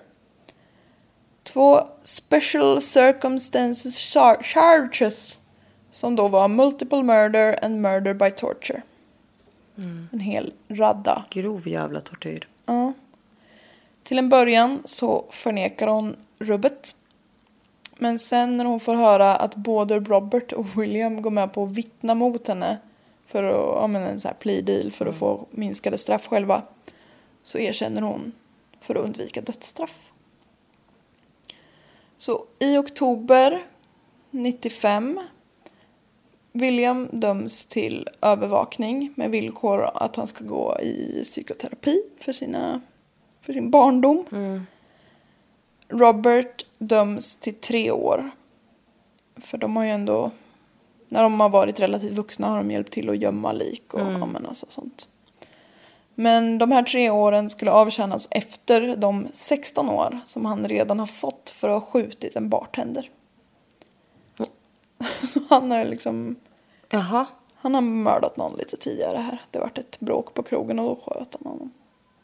S2: 2 special circumstances charges som då var multiple murder and murder by torture. En hel radda.
S8: Grov jävla tortyr.
S2: Ja. Till en början så förnekar hon rubbet. Men sen när hon får höra att både Robert och William går med på att vittna mot henne för att en så här plea deal för att få minskade straff själva, så erkänner hon för att undvika dödsstraff. Så i oktober 95 William döms till övervakning med villkor att han ska gå i psykoterapi för sin barndom. Robert döms till 3 år. För de har ju ändå, när de har varit relativt vuxna, har de hjälpt till att gömma lik och alltså sånt. Men de här 3 åren skulle avtjänas efter de 16 år som han redan har fått för att ha skjutit en bartender. Så han har liksom...
S8: Jaha.
S2: Han har mördat någon lite tidigare här. Det har varit ett bråk på krogen och då sköt han honom.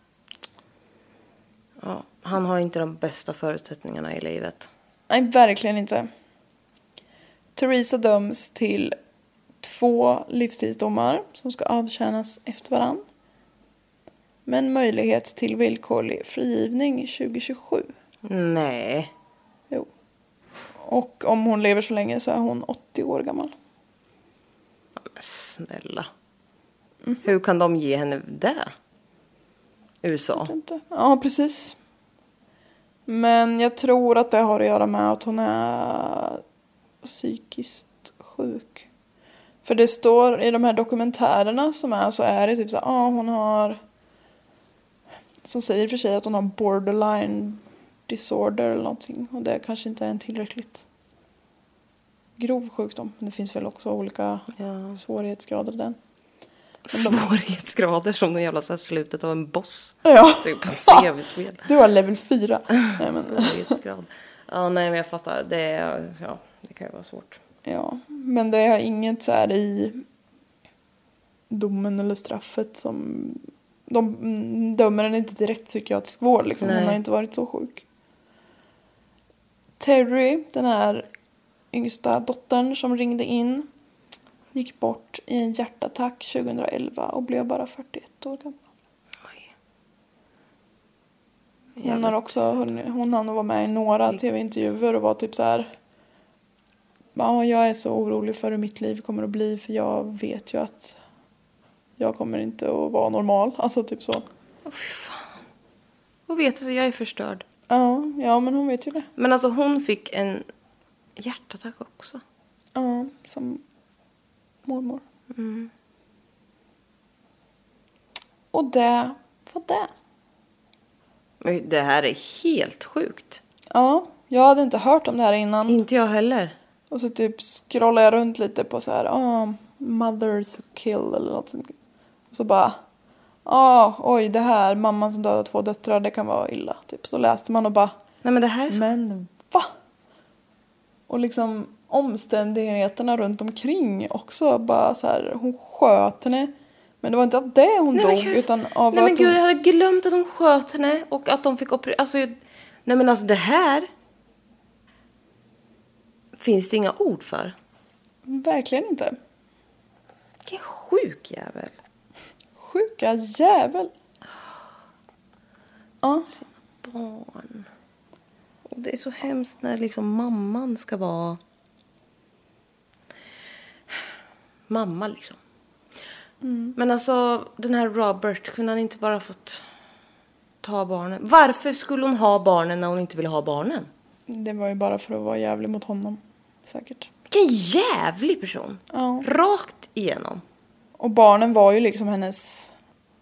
S8: Ja, han har inte de bästa förutsättningarna i livet.
S2: Nej, verkligen inte. Teresa döms till 2 livstidsdomar som ska avtjänas efter varann. Men möjlighet till villkorlig frigivning 2027.
S8: Nej.
S2: Jo. Och om hon lever så länge så är hon 80 år gammal.
S8: Men snälla. Hur kan de ge henne det? USA?
S2: Jag vet inte. Ja, precis. Men jag tror att det har att göra med att hon är psykiskt sjuk. För det står i de här dokumentärerna som är så är det typ så här, hon har, som säger för sig att hon har borderline disorder eller någonting. Och det kanske inte är en tillräckligt grov sjukdom. Men det finns väl också olika svårighetsgrader i den.
S8: Svårighetsgrader som den jävla slutet av en boss.
S2: Ja.
S8: Typ en CV-spel.
S2: Du har level 4.
S8: Nej, men. Svårighetsgrad. Ja, nej, men jag fattar. Det kan ju vara svårt.
S2: Ja, men det har inget så här i domen eller straffet som... De dömer henne inte till rättspsykiatrisk vård. Liksom. Hon har inte varit så sjuk. Terry, den här yngsta dottern som ringde in, gick bort i en hjärtattack 2011 och blev bara 41 år gammal. Hon har också hon hann vara med i några tv-intervjuer och var typ så här: ja, jag är så orolig för hur mitt liv kommer att bli, för jag vet ju att jag kommer inte att vara normal. Alltså typ så.
S8: Fy fan. Hon vet att jag är förstörd.
S2: Ja, men hon vet ju det.
S8: Men alltså hon fick en hjärtattack också.
S2: Ja, som mormor.
S8: Mm.
S2: Och det var det.
S8: Det här är helt sjukt.
S2: Ja, jag hade inte hört om det här innan.
S8: Inte jag heller.
S2: Och så typ scrollade jag runt lite på så här, mothers who kill eller något sånt. Och så bara, oj, det här, mamman som dödade 2 döttrar, det kan vara illa. Typ så läste man och bara,
S8: nej men det här är så...
S2: Men va? Och liksom omständigheterna runt omkring också, bara så här, hon sköt henne. Men det var inte av det hon dog, utan av
S8: nej, men
S2: att
S8: gud,
S2: hon...
S8: jag hade glömt att hon sköt henne och att de fick operera. Alltså, nej men alltså det här finns det inga ord för.
S2: Verkligen inte.
S8: Vilken sjuk jävel.
S2: Sjuka jävel. Ja.
S8: Sina barn. Och det är så hemskt när liksom mamman ska vara mamma liksom. Mm. Men alltså den här Robert, kunde han inte bara fått ta barnen? Varför skulle hon ha barnen när hon inte ville ha barnen?
S2: Det var ju bara för att vara jävlig mot honom. Säkert.
S8: Vilken jävlig person.
S2: Ja.
S8: Rakt igenom.
S2: Och barnen var ju liksom hennes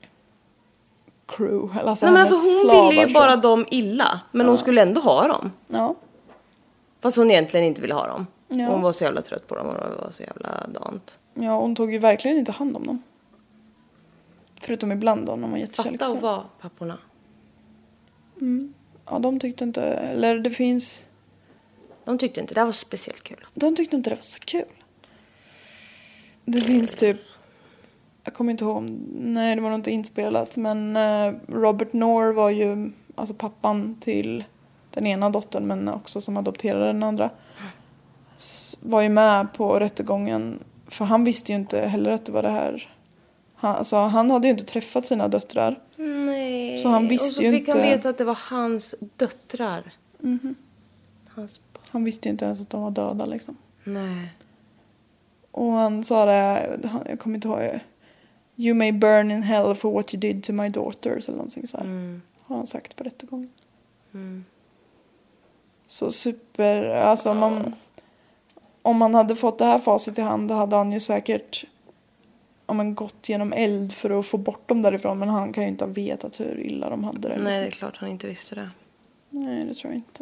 S2: crew. Alltså
S8: nej, men alltså hon
S2: slavar,
S8: ville ju bara dem illa. Men hon skulle ändå ha dem.
S2: Ja.
S8: Fast hon egentligen inte ville ha dem.
S2: Ja.
S8: Hon var så jävla trött på dem och det var så jävla dant.
S2: Ja, hon tog ju verkligen inte hand om dem. Förutom ibland då, när man var jättekärleksfull.
S8: Fatta att vara papporna.
S2: Mm. Ja, de tyckte inte... Eller det finns...
S8: De tyckte inte det var speciellt kul.
S2: De tyckte inte det var så kul. Det finns typ... Jag kommer inte ihåg. Nej, det var nog inte inspelat. Men Robert Knorr var ju alltså pappan till den ena dottern, men också som adopterade den andra. Var ju med på rättegången. För han visste ju inte heller att det var det här. Han hade ju inte träffat sina döttrar.
S8: Nej.
S2: Så han visste ju inte...
S8: Och så fick han veta att det var hans döttrar.
S2: Mm-hmm.
S8: Han
S2: visste ju inte ens att de var döda liksom.
S8: Nej.
S2: Och han sa det... Jag kommer inte ihåg... You may burn in hell for what you did to my daughters. Eller någonting så här. Har han sagt på rättegången. Mm. Så super... Alltså om man hade fått det här facit i hand, hade han ju säkert gått genom eld för att få bort dem därifrån. Men han kan ju inte ha vetat hur illa de hade det.
S8: Nej, det är klart han inte visste det.
S2: Nej, det tror jag inte.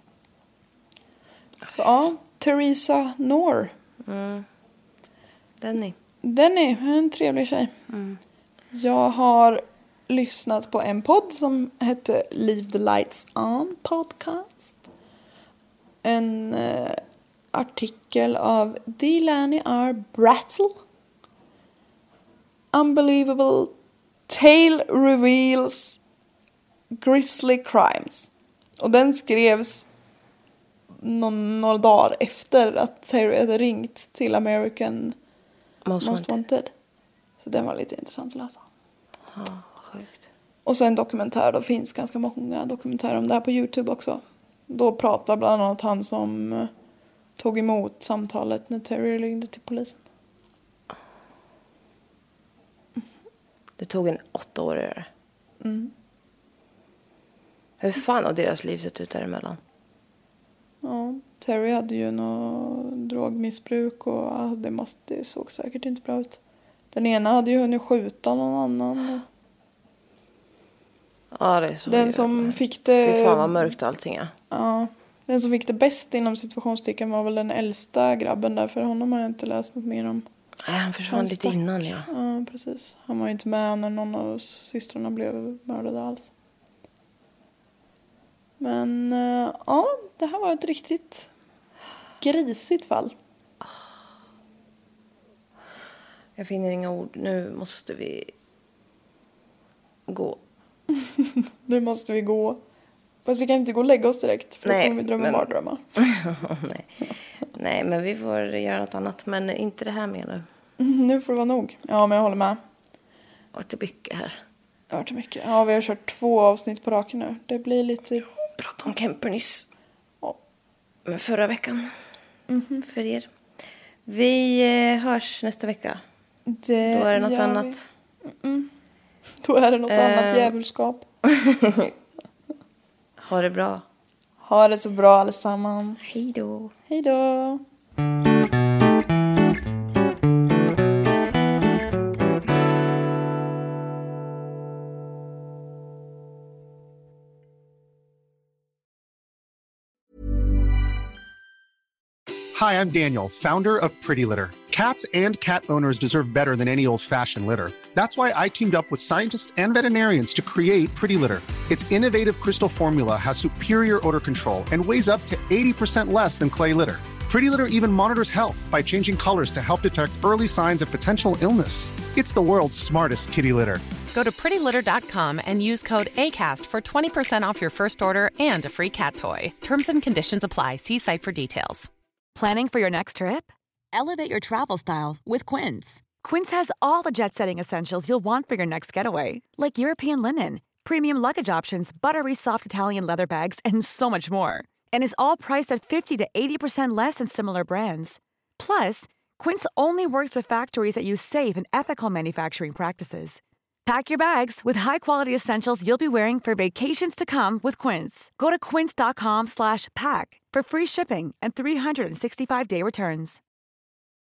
S2: Så ja, Theresa Knorr.
S8: Mm.
S2: Denny, en trevlig tjej. Mm. Jag har lyssnat på en podd som hette Leave the Lights On podcast. En artikel av Delaney R. Brattle. Unbelievable tale reveals grisly crimes. Och den skrevs några dagar efter att Terry hade ringt till American Most Wanted. Så den var lite intressant att läsa.
S8: Ja, sjukt.
S2: Och så en dokumentär. Det finns ganska många dokumentärer om det här på YouTube också. Då pratar bland annat han som tog emot samtalet när Terry ringde till polisen.
S8: Det tog en 8-årig.
S2: Mm.
S8: Hur fan har deras liv sett ut däremellan?
S2: Ja, Terry hade ju något drogmissbruk och det såg säkert inte bra ut. Den ena hade ju hunnit skjuta någon annan.
S8: Ja, det är så.
S2: Den som fick det...
S8: Fy fan vad mörkt allting är.
S2: Ja, den som fick det bäst inom situationstecken var väl den äldsta grabben där. För honom har jag inte läst något mer om.
S8: Nej, han försvann lite innan, ja.
S2: Ja, precis. Han var ju inte med när någon av systrarna blev mördade alls. Men ja, det här var ett riktigt grisigt fall.
S8: Jag finner inga ord. Nu måste vi gå.
S2: Nu måste vi gå. Fast vi kan inte gå och lägga oss direkt. För då kommer vi drömma mardrömmar.
S8: Nej, men vi får göra något annat. Men inte det här mer nu.
S2: Nu får det vara nog. Ja, men jag håller med.
S8: Vart det mycket här?
S2: Det har varit mycket. Ja, vi har kört 2 avsnitt på raken nu. Det blir lite...
S8: Prata om Kemper nyss.
S2: Ja.
S8: Men förra veckan. För er. Vi hörs nästa vecka. Då är det något annat.
S2: Då är det något annat djävulskap.
S8: Ha det bra.
S2: Ha det så bra allesammans.
S8: Hej då.
S2: Hej då.
S11: Hi, I'm Daniel, founder of Pretty Litter. Cats and cat owners deserve better than any old-fashioned litter. That's why I teamed up with scientists and veterinarians to create Pretty Litter. Its innovative crystal formula has superior odor control and weighs up to 80% less than clay litter. Pretty Litter even monitors health by changing colors to help detect early signs of potential illness. It's the world's smartest kitty litter.
S4: Go to prettylitter.com and use code ACAST for 20% off your first order and a free cat toy. Terms and conditions apply. See site for details.
S12: Planning for your next trip? Elevate your travel style with Quince. Quince has all the jet-setting essentials you'll want for your next getaway, like European linen, premium luggage options, buttery soft Italian leather bags, and so much more. And is all priced at 50 to 80% less than similar brands. Plus, Quince only works with factories that use safe and ethical manufacturing practices. Pack your bags with high-quality essentials you'll be wearing for vacations to come with Quince. Go to quince.com/pack for free shipping and 365-day returns.